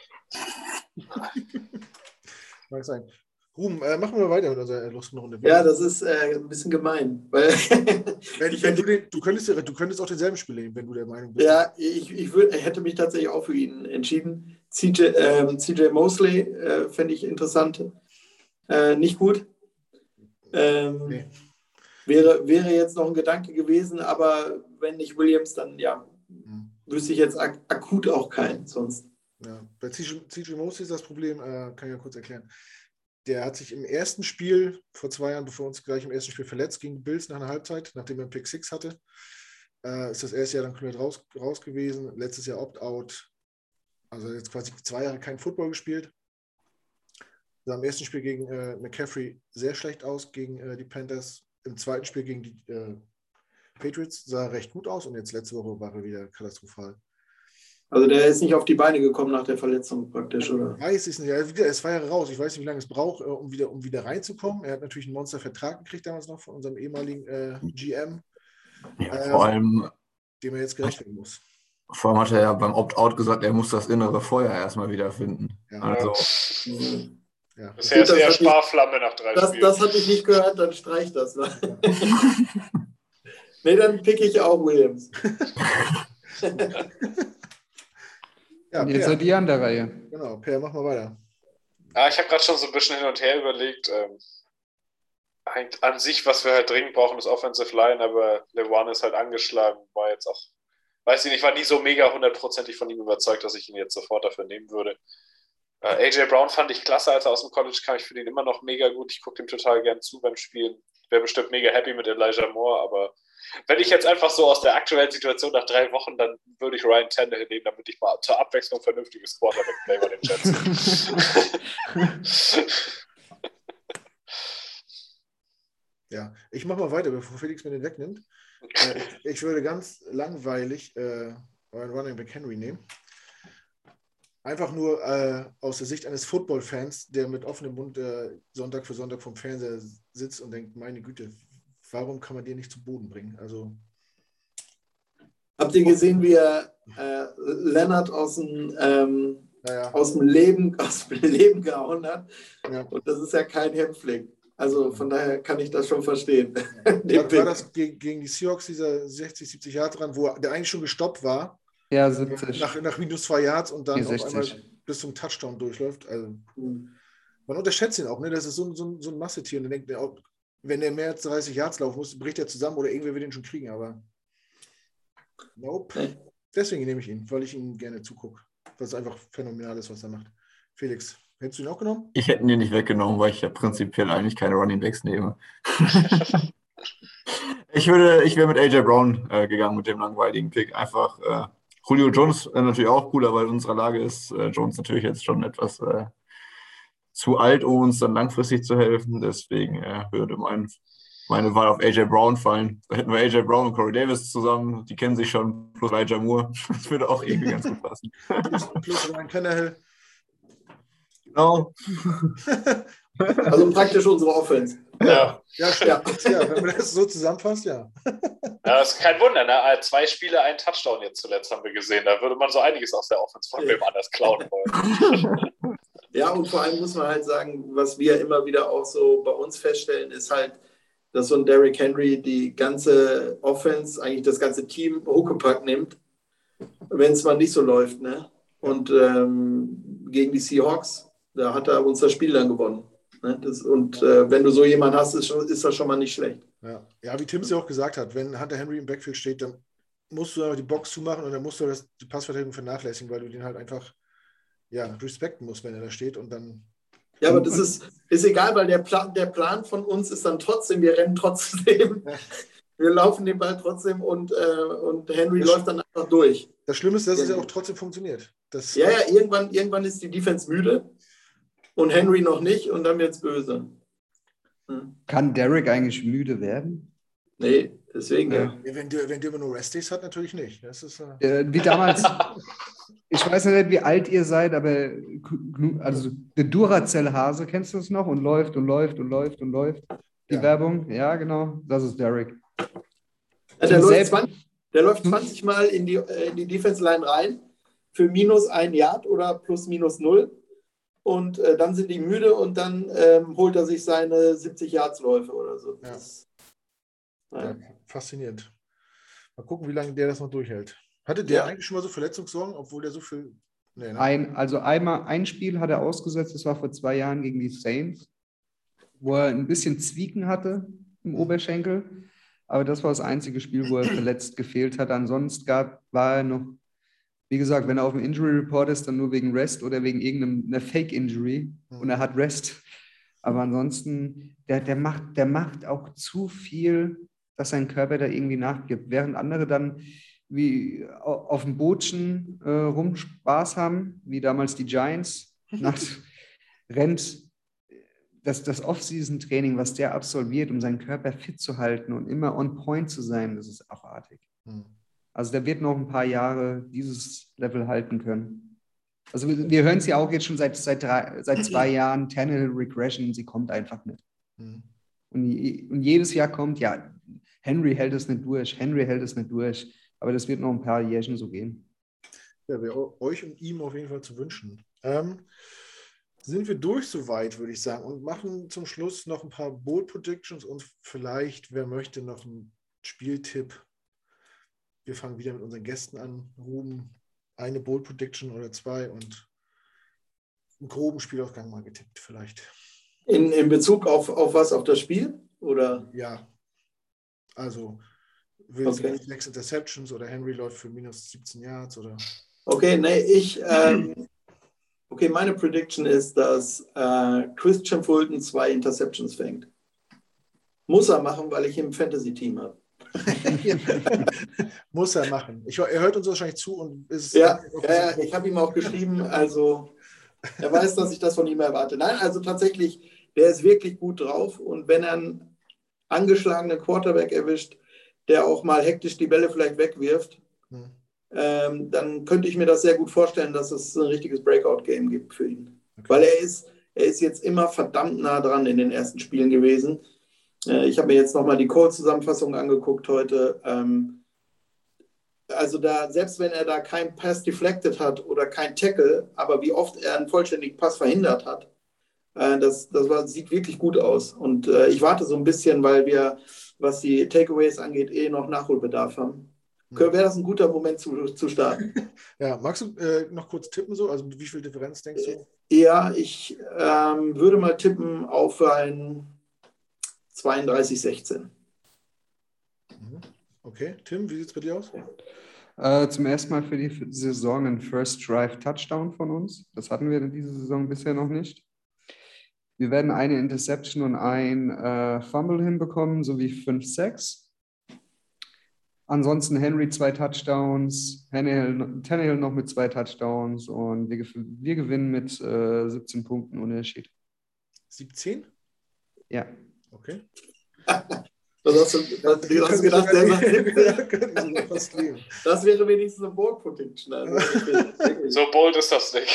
Mag sein. Ruhm, äh, machen wir weiter mit unserer lustigen Runde. Ja, das ist äh, ein bisschen gemein. Weil wenn, ich wenn du, hätte, den, du, könntest, ja- du könntest auch denselben Spiel nehmen, wenn du der Meinung bist. ja, ich, ich, würd, ich hätte mich tatsächlich auch für ihn entschieden. C J, ähm, C J Mosley äh, fände ich interessant. Äh, nicht gut. Ähm, Nee. wäre, wäre jetzt noch ein Gedanke gewesen, aber wenn nicht Williams, dann ja, Hm. wüsste ich jetzt ak akut auch keinen sonst. Ja. Bei C J Mosley ist das Problem, äh, kann ich ja kurz erklären. Der hat sich im ersten Spiel, vor zwei Jahren, bevor uns gleich im ersten Spiel verletzt, gegen die Bills nach einer Halbzeit, nachdem er einen Pick sechs hatte, äh, ist das erste Jahr dann komplett raus, raus gewesen. Letztes Jahr Opt-out. Also jetzt quasi zwei Jahre kein Football gespielt. Sah im ersten Spiel gegen äh, McCaffrey sehr schlecht aus, gegen äh, die Panthers. Im zweiten Spiel gegen die äh, Patriots sah er recht gut aus und jetzt letzte Woche war er wieder katastrophal. Also der ist nicht auf die Beine gekommen nach der Verletzung praktisch, oder? Weiß ich nicht. Ja, wieder, es war ja raus. Ich weiß nicht, wie lange es braucht, äh, um wieder, um wieder reinzukommen. Er hat natürlich einen Monstervertrag gekriegt damals noch von unserem ehemaligen äh, G M, Ja, Ähm, vor allem, dem er jetzt gerecht werden muss. vor allem hat er ja beim Opt-out gesagt, er muss das innere Feuer erstmal wiederfinden. Ja. Also, Mhm. Ja. Bisher ist Das eher hat nicht- Sparflamme nach drei Das, Spielen. das hatte ich nicht gehört, dann streich das. Nee, dann pick ich auch Williams. Ja, Jetzt seid Per, ihr an der Reihe. genau. Per, mach mal weiter. Ja, ich habe gerade schon so ein bisschen hin und her überlegt. Ähm, eigentlich an sich, was wir halt dringend brauchen, ist Offensive Line, aber LeWan ist halt angeschlagen. War jetzt auch, weiß ich nicht, war nie so mega hundertprozentig von ihm überzeugt, dass ich ihn jetzt sofort dafür nehmen würde. Äh, A J Brown fand ich klasse, als er aus dem College kam. Ich finde ihn immer noch mega gut. Ich gucke ihm total gern zu beim Spielen. Wäre bestimmt mega happy mit Elijah Moore, aber wenn ich jetzt einfach so aus der aktuellen Situation nach drei Wochen, dann würde ich Ryan Tannehill nehmen, damit ich mal zur Abwechslung vernünftiges Quarterback-Play bei den Jets. Ja, ich mache mal weiter, bevor Felix mir den wegnimmt. Äh, ich, ich würde ganz langweilig äh, euren Running Back Henry nehmen. Einfach nur äh, aus der Sicht eines Football-Fans, der mit offenem Mund äh, Sonntag für Sonntag vom Fernseher sitzt und denkt, meine Güte, warum kann man den nicht zu Boden bringen? Also Habt ihr gesehen, wie er äh, Leonard aus dem, ähm, naja, aus, dem Leben, aus dem Leben gehauen hat? ja. Und das ist ja kein Hämpfling. Also von daher kann ich das schon verstehen. Den War, war Pick. das gegen, gegen die Seahawks, dieser sechzig, siebzig Yards dran, wo der eigentlich schon gestoppt war, Ja, siebzig. nach, nach minus zwei Yards und dann Nee, auf einmal sechzig. bis zum Touchdown durchläuft. Also Hm. man unterschätzt ihn auch, ne? Das ist so, ein- so, ein- so ein Massetier. Und dann denkt er auch, wenn der mehr als dreißig Yards laufen muss, bricht er zusammen oder irgendwer will den schon kriegen, aber nope. Nee. Deswegen nehme ich ihn, weil ich ihm gerne zugucke. Was ist einfach phänomenal ist, was er macht. Felix, hättest du ihn auch genommen? ich hätte ihn dir nicht weggenommen, weil ich ja prinzipiell eigentlich keine Running Backs nehme. Ich würde, ich wäre mit A J Brown äh, gegangen, mit dem langweiligen Pick. Einfach äh, Julio Jones äh, natürlich auch cool, aber in unserer Lage ist äh, Jones natürlich jetzt schon etwas äh, zu alt, um uns dann langfristig zu helfen. Deswegen äh, würde mein, meine Wahl auf A J Brown fallen. Da hätten wir A J Brown und Corey Davis zusammen. Die kennen sich schon, plus Elijah Moore. Das würde auch irgendwie ganz gut passen. Plus Ryan Tannehill. Genau. Also praktisch unsere Offense. Ja. Ja, stimmt. Ja. Ja, wenn man das so zusammenfasst, ja. Ja, das ist kein Wunder, ne? Zwei Spiele, ein Touchdown jetzt zuletzt haben wir gesehen. Da würde man so einiges aus der Offense von wem anders klauen wollen. Ja, und vor allem muss man halt sagen, was wir immer wieder auch so bei uns feststellen, ist halt, dass so ein Derrick Henry die ganze Offense, eigentlich das ganze Team Huckepack nimmt, wenn es mal nicht so läuft. Ne? Und ähm, gegen die Seahawks, da hat er uns das Spiel dann gewonnen. Ne? Das, und äh, wenn du so jemanden hast, ist, ist das schon mal nicht schlecht. Ja, ja, wie Tim es ja auch gesagt hat, wenn Hunter Henry im Backfield steht, dann musst du einfach die Box zumachen und dann musst du das, die Passverteidigung vernachlässigen, weil du den halt einfach ja, respekten musst, wenn er da steht und dann. Ja, aber das ist, ist egal, weil der Plan, der Plan von uns ist dann trotzdem, wir rennen trotzdem, ja. Wir laufen den Ball trotzdem und, äh, und Henry das läuft dann einfach durch. Das Schlimme ist, dass ja. es ja auch trotzdem funktioniert. Das ja, ja, irgendwann, irgendwann ist die Defense müde und Henry noch nicht und dann wird es böse. Hm. Kann Derrick eigentlich müde werden? Nee, deswegen ja. ja. Wenn du, wenn du immer nur Rest-Days hat, natürlich nicht. Das ist, äh äh, wie damals. Ich weiß nicht, wie alt ihr seid, aber also der Duracell-Hase, kennst du das noch? Und läuft und läuft und läuft und läuft. Die ja. Werbung, ja genau, das ist Derrick. Ja, der, läuft zwanzig, der läuft zwanzig Mal in die, in die Defense-Line rein für minus ein Yard oder plus minus null. Und äh, dann sind die müde und dann ähm, holt er sich seine siebzig Yards-Läufe oder so. Ja. Das, ja. Ja, faszinierend. Mal gucken, wie lange der das noch durchhält. Hatte der ja. eigentlich schon mal so Verletzungssorgen, obwohl der so viel. Nee, ne? ein, also einmal ein Spiel hat er ausgesetzt, das war vor zwei Jahren gegen die Saints, wo er ein bisschen Zwieken hatte im Oberschenkel. Aber das war das einzige Spiel, wo er verletzt gefehlt hat. Ansonsten gab, war er noch, wie gesagt, wenn er auf dem Injury Report ist, dann nur wegen Rest oder wegen irgendeiner Fake-Injury und er hat Rest. Aber ansonsten, der, der, macht, der macht auch zu viel, dass sein Körper da irgendwie nachgibt. Während andere dann wie auf dem Bootchen äh, Rumspaß haben, wie damals die Giants, nach, rennt das, das Off-Season-Training, was der absolviert, um seinen Körper fit zu halten und immer on point zu sein, das ist abartig. Hm. Also der wird noch ein paar Jahre dieses Level halten können. Also wir, wir hören es ja auch jetzt schon seit, seit, drei, seit zwei Jahren, Tannehill Regression, sie kommt einfach nicht. Hm. Und, und jedes Jahr kommt, ja, Henry hält es nicht durch, Henry hält es nicht durch. Aber das wird noch ein paar Jährchen so gehen. Ja, wäre euch und ihm auf jeden Fall zu wünschen. Ähm, sind wir durch soweit, würde ich sagen, und machen zum Schluss noch ein paar Bold Predictions und vielleicht, wer möchte, noch einen Spieltipp. Wir fangen wieder mit unseren Gästen an. Ruben, eine Bold Prediction oder zwei und einen groben Spielausgang mal getippt vielleicht. In, in Bezug auf, auf was? Auf das Spiel? Oder? Ja, also will okay. sie sechs Interceptions oder Henry läuft für minus siebzehn Yards oder. Okay, nee, ich ähm, okay, meine Prediction ist, dass äh, Christian Fulton zwei Interceptions fängt. Muss er machen, weil ich im Fantasy-Team habe. Muss er machen. Ich, er hört uns wahrscheinlich zu und ist. Ja, ja, ich habe ihm auch geschrieben, also er weiß, dass ich das von ihm erwarte. Nein, also tatsächlich, der ist wirklich gut drauf und wenn er einen angeschlagenen Quarterback erwischt, der auch mal hektisch die Bälle vielleicht wegwirft, hm. ähm, dann könnte ich mir das sehr gut vorstellen, dass es ein richtiges Breakout-Game gibt für ihn. Okay. Weil er ist, er ist jetzt immer verdammt nah dran in den ersten Spielen gewesen. Äh, ich habe mir jetzt nochmal die Cole-Zusammenfassung angeguckt heute. Ähm, also da, selbst wenn er da kein Pass deflected hat oder kein Tackle, aber wie oft er einen vollständigen Pass verhindert hat, äh, das, das war, sieht wirklich gut aus. Und äh, ich warte so ein bisschen, weil wir, was die Takeaways angeht, eh noch Nachholbedarf haben. Mhm. Wäre das ein guter Moment zu, zu starten? Ja, magst du äh, noch kurz tippen so? Also wie viel Differenz denkst du? Ja, ich ähm, würde mal tippen auf ein zweiunddreißig sechzehn. Okay, Tim, wie sieht es bei dir aus? Äh, zum ersten Mal für die Saison ein First Drive Touchdown von uns. Das hatten wir in dieser Saison bisher noch nicht. Wir werden eine Interception und ein äh, Fumble hinbekommen, sowie fünf Sacks. Ansonsten Henry zwei Touchdowns, Tannehill, Tannehill noch mit zwei Touchdowns und wir, wir gewinnen mit äh, siebzehn Punkten Unterschied. siebzehn? Ja. Okay. Das hast du, das, du hast gedacht, der sagt, fast leben. Das wäre wenigstens eine Bold Prediction. Also, so bold ist das nicht.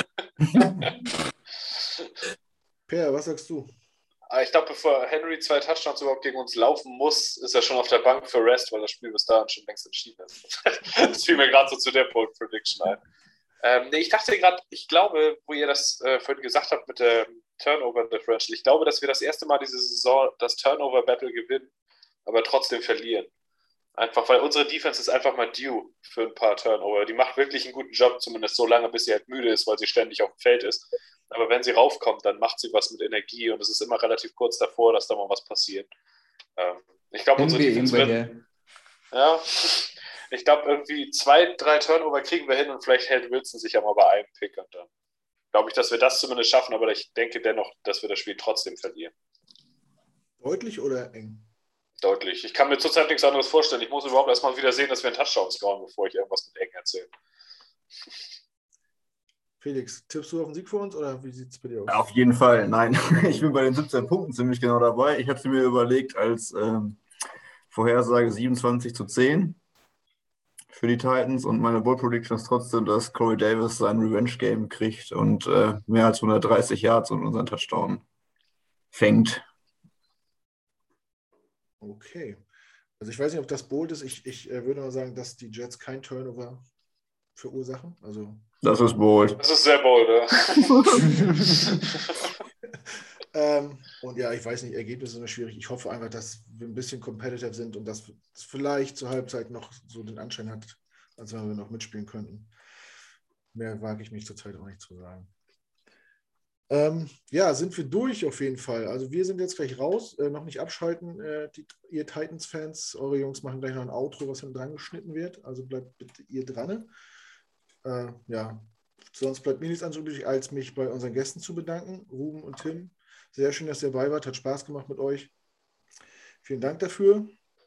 Per, was sagst du? Ich glaube, bevor Henry zwei Touchdowns überhaupt gegen uns laufen muss, ist er schon auf der Bank für Rest, weil das Spiel bis dahin schon längst entschieden ist. Das fiel mir gerade so zu der Bold Prediction ein. Ähm, nee, ich dachte gerade, ich glaube, wo ihr das äh, vorhin gesagt habt mit der Turnover Differential, ich glaube, dass wir das erste Mal diese Saison das Turnover Battle gewinnen, aber trotzdem verlieren. Einfach, weil unsere Defense ist einfach mal due für ein paar Turnover. Die macht wirklich einen guten Job, zumindest so lange, bis sie halt müde ist, weil sie ständig auf dem Feld ist. Aber wenn sie raufkommt, dann macht sie was mit Energie und es ist immer relativ kurz davor, dass da mal was passiert. Ähm, ich glaube, unsere Defense wird... Ja, ich glaube, irgendwie zwei, drei Turnover kriegen wir hin und vielleicht hält Wilson sich ja mal bei einem Pick und dann glaube ich, dass wir das zumindest schaffen, aber ich denke dennoch, dass wir das Spiel trotzdem verlieren. Deutlich oder eng? Deutlich. Ich kann mir zurzeit nichts anderes vorstellen. Ich muss überhaupt erstmal wieder sehen, dass wir einen Touchdown scoren, bevor ich irgendwas mit eng erzähle. Felix, tippst du auf den Sieg für uns oder wie sieht es bei dir aus? Auf jeden Fall, nein. Ich bin bei den siebzehn Punkten ziemlich genau dabei. Ich hatte mir überlegt als ähm, Vorhersage siebenundzwanzig zu zehn für die Titans und meine Bold Prediction ist trotzdem, dass Corey Davis sein Revenge-Game kriegt und äh, mehr als hundertdreißig Yards und unseren Touchdown fängt. Okay. Also ich weiß nicht, ob das bold ist. Ich, ich äh, würde mal sagen, dass die Jets kein Turnover verursachen. Also das ist bold. Das ist sehr bold, ja. ähm, und ja, ich weiß nicht, Ergebnisse sind immer schwierig. Ich hoffe einfach, dass wir ein bisschen competitive sind und dass es vielleicht zur Halbzeit noch so den Anschein hat, als wenn wir noch mitspielen könnten. Mehr wage ich mich zurzeit auch nicht zu sagen. Ähm, ja, sind wir durch auf jeden Fall. Also wir sind jetzt gleich raus, äh, noch nicht abschalten, äh, die, ihr Titans-Fans. Eure Jungs machen gleich noch ein Outro, was hinten dran geschnitten wird. Also bleibt bitte ihr dran. Äh, ja, sonst bleibt mir nichts anderes übrig, als mich bei unseren Gästen zu bedanken. Ruben und Tim, sehr schön, dass ihr dabei wart. Hat Spaß gemacht mit euch. Vielen Dank dafür.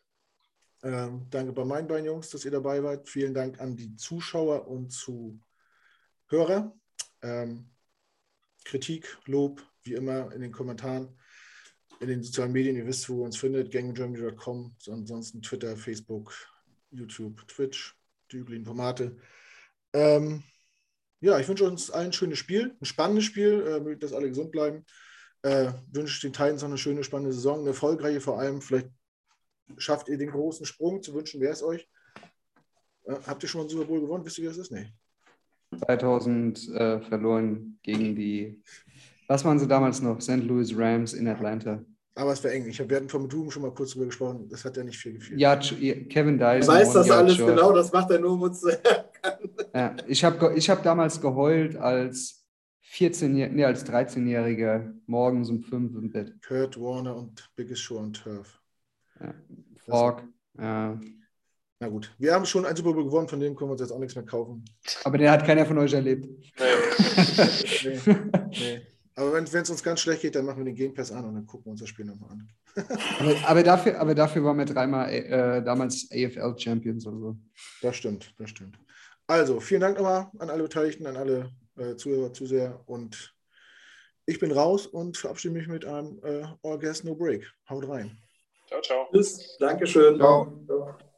Ähm, danke bei meinen beiden Jungs, dass ihr dabei wart. Vielen Dank an die Zuschauer und Zuhörer. Ähm, Kritik, Lob, wie immer in den Kommentaren, in den sozialen Medien. Ihr wisst, wo ihr uns findet, gang germany dot com, ansonsten Twitter, Facebook, YouTube, Twitch, die üblichen Formate. Ähm, ja, ich wünsche uns allen ein schönes Spiel, ein spannendes Spiel, äh, dass alle gesund bleiben. Äh, wünsche den Titans noch eine schöne, spannende Saison, eine erfolgreiche vor allem. Vielleicht schafft ihr den großen Sprung, zu wünschen wäre es euch. Äh, habt ihr schon mal ein Super Bowl gewonnen? Wisst ihr, wie das ist? Nee. zweitausend äh, verloren gegen die, was waren sie damals noch? Saint Louis Rams in Atlanta. Aber es war eng. Ich hab, wir hatten vom Ruben schon mal kurz drüber gesprochen. Das hat ja nicht viel gefehlt. Ja, Kevin Dyson. Er weiß das alles short. Genau, das macht er nur, um uns zu ärgern. Ja, ich habe ich hab damals geheult als vierzehn, nee, als dreizehnjähriger morgens um fünf im Bett. Kurt Warner und Biggest Show on Turf. Ja, Fork. Ja. Na gut, wir haben schon ein Super Bowl gewonnen, von dem können wir uns jetzt auch nichts mehr kaufen. Aber der hat keiner von euch erlebt. Nee. nee, nee. Aber wenn es uns ganz schlecht geht, dann machen wir den Game Pass an und dann gucken wir uns das Spiel nochmal an. aber, aber, dafür, aber dafür waren wir dreimal äh, damals A F L Champions oder so. Das stimmt, das stimmt. Also, vielen Dank nochmal an alle Beteiligten, an alle äh, Zuhörer, Zuseher und ich bin raus und verabschiede mich mit einem äh, All Gas No Break. Haut rein. Ciao, ciao. Tschüss, Dankeschön. Ciao. Ciao.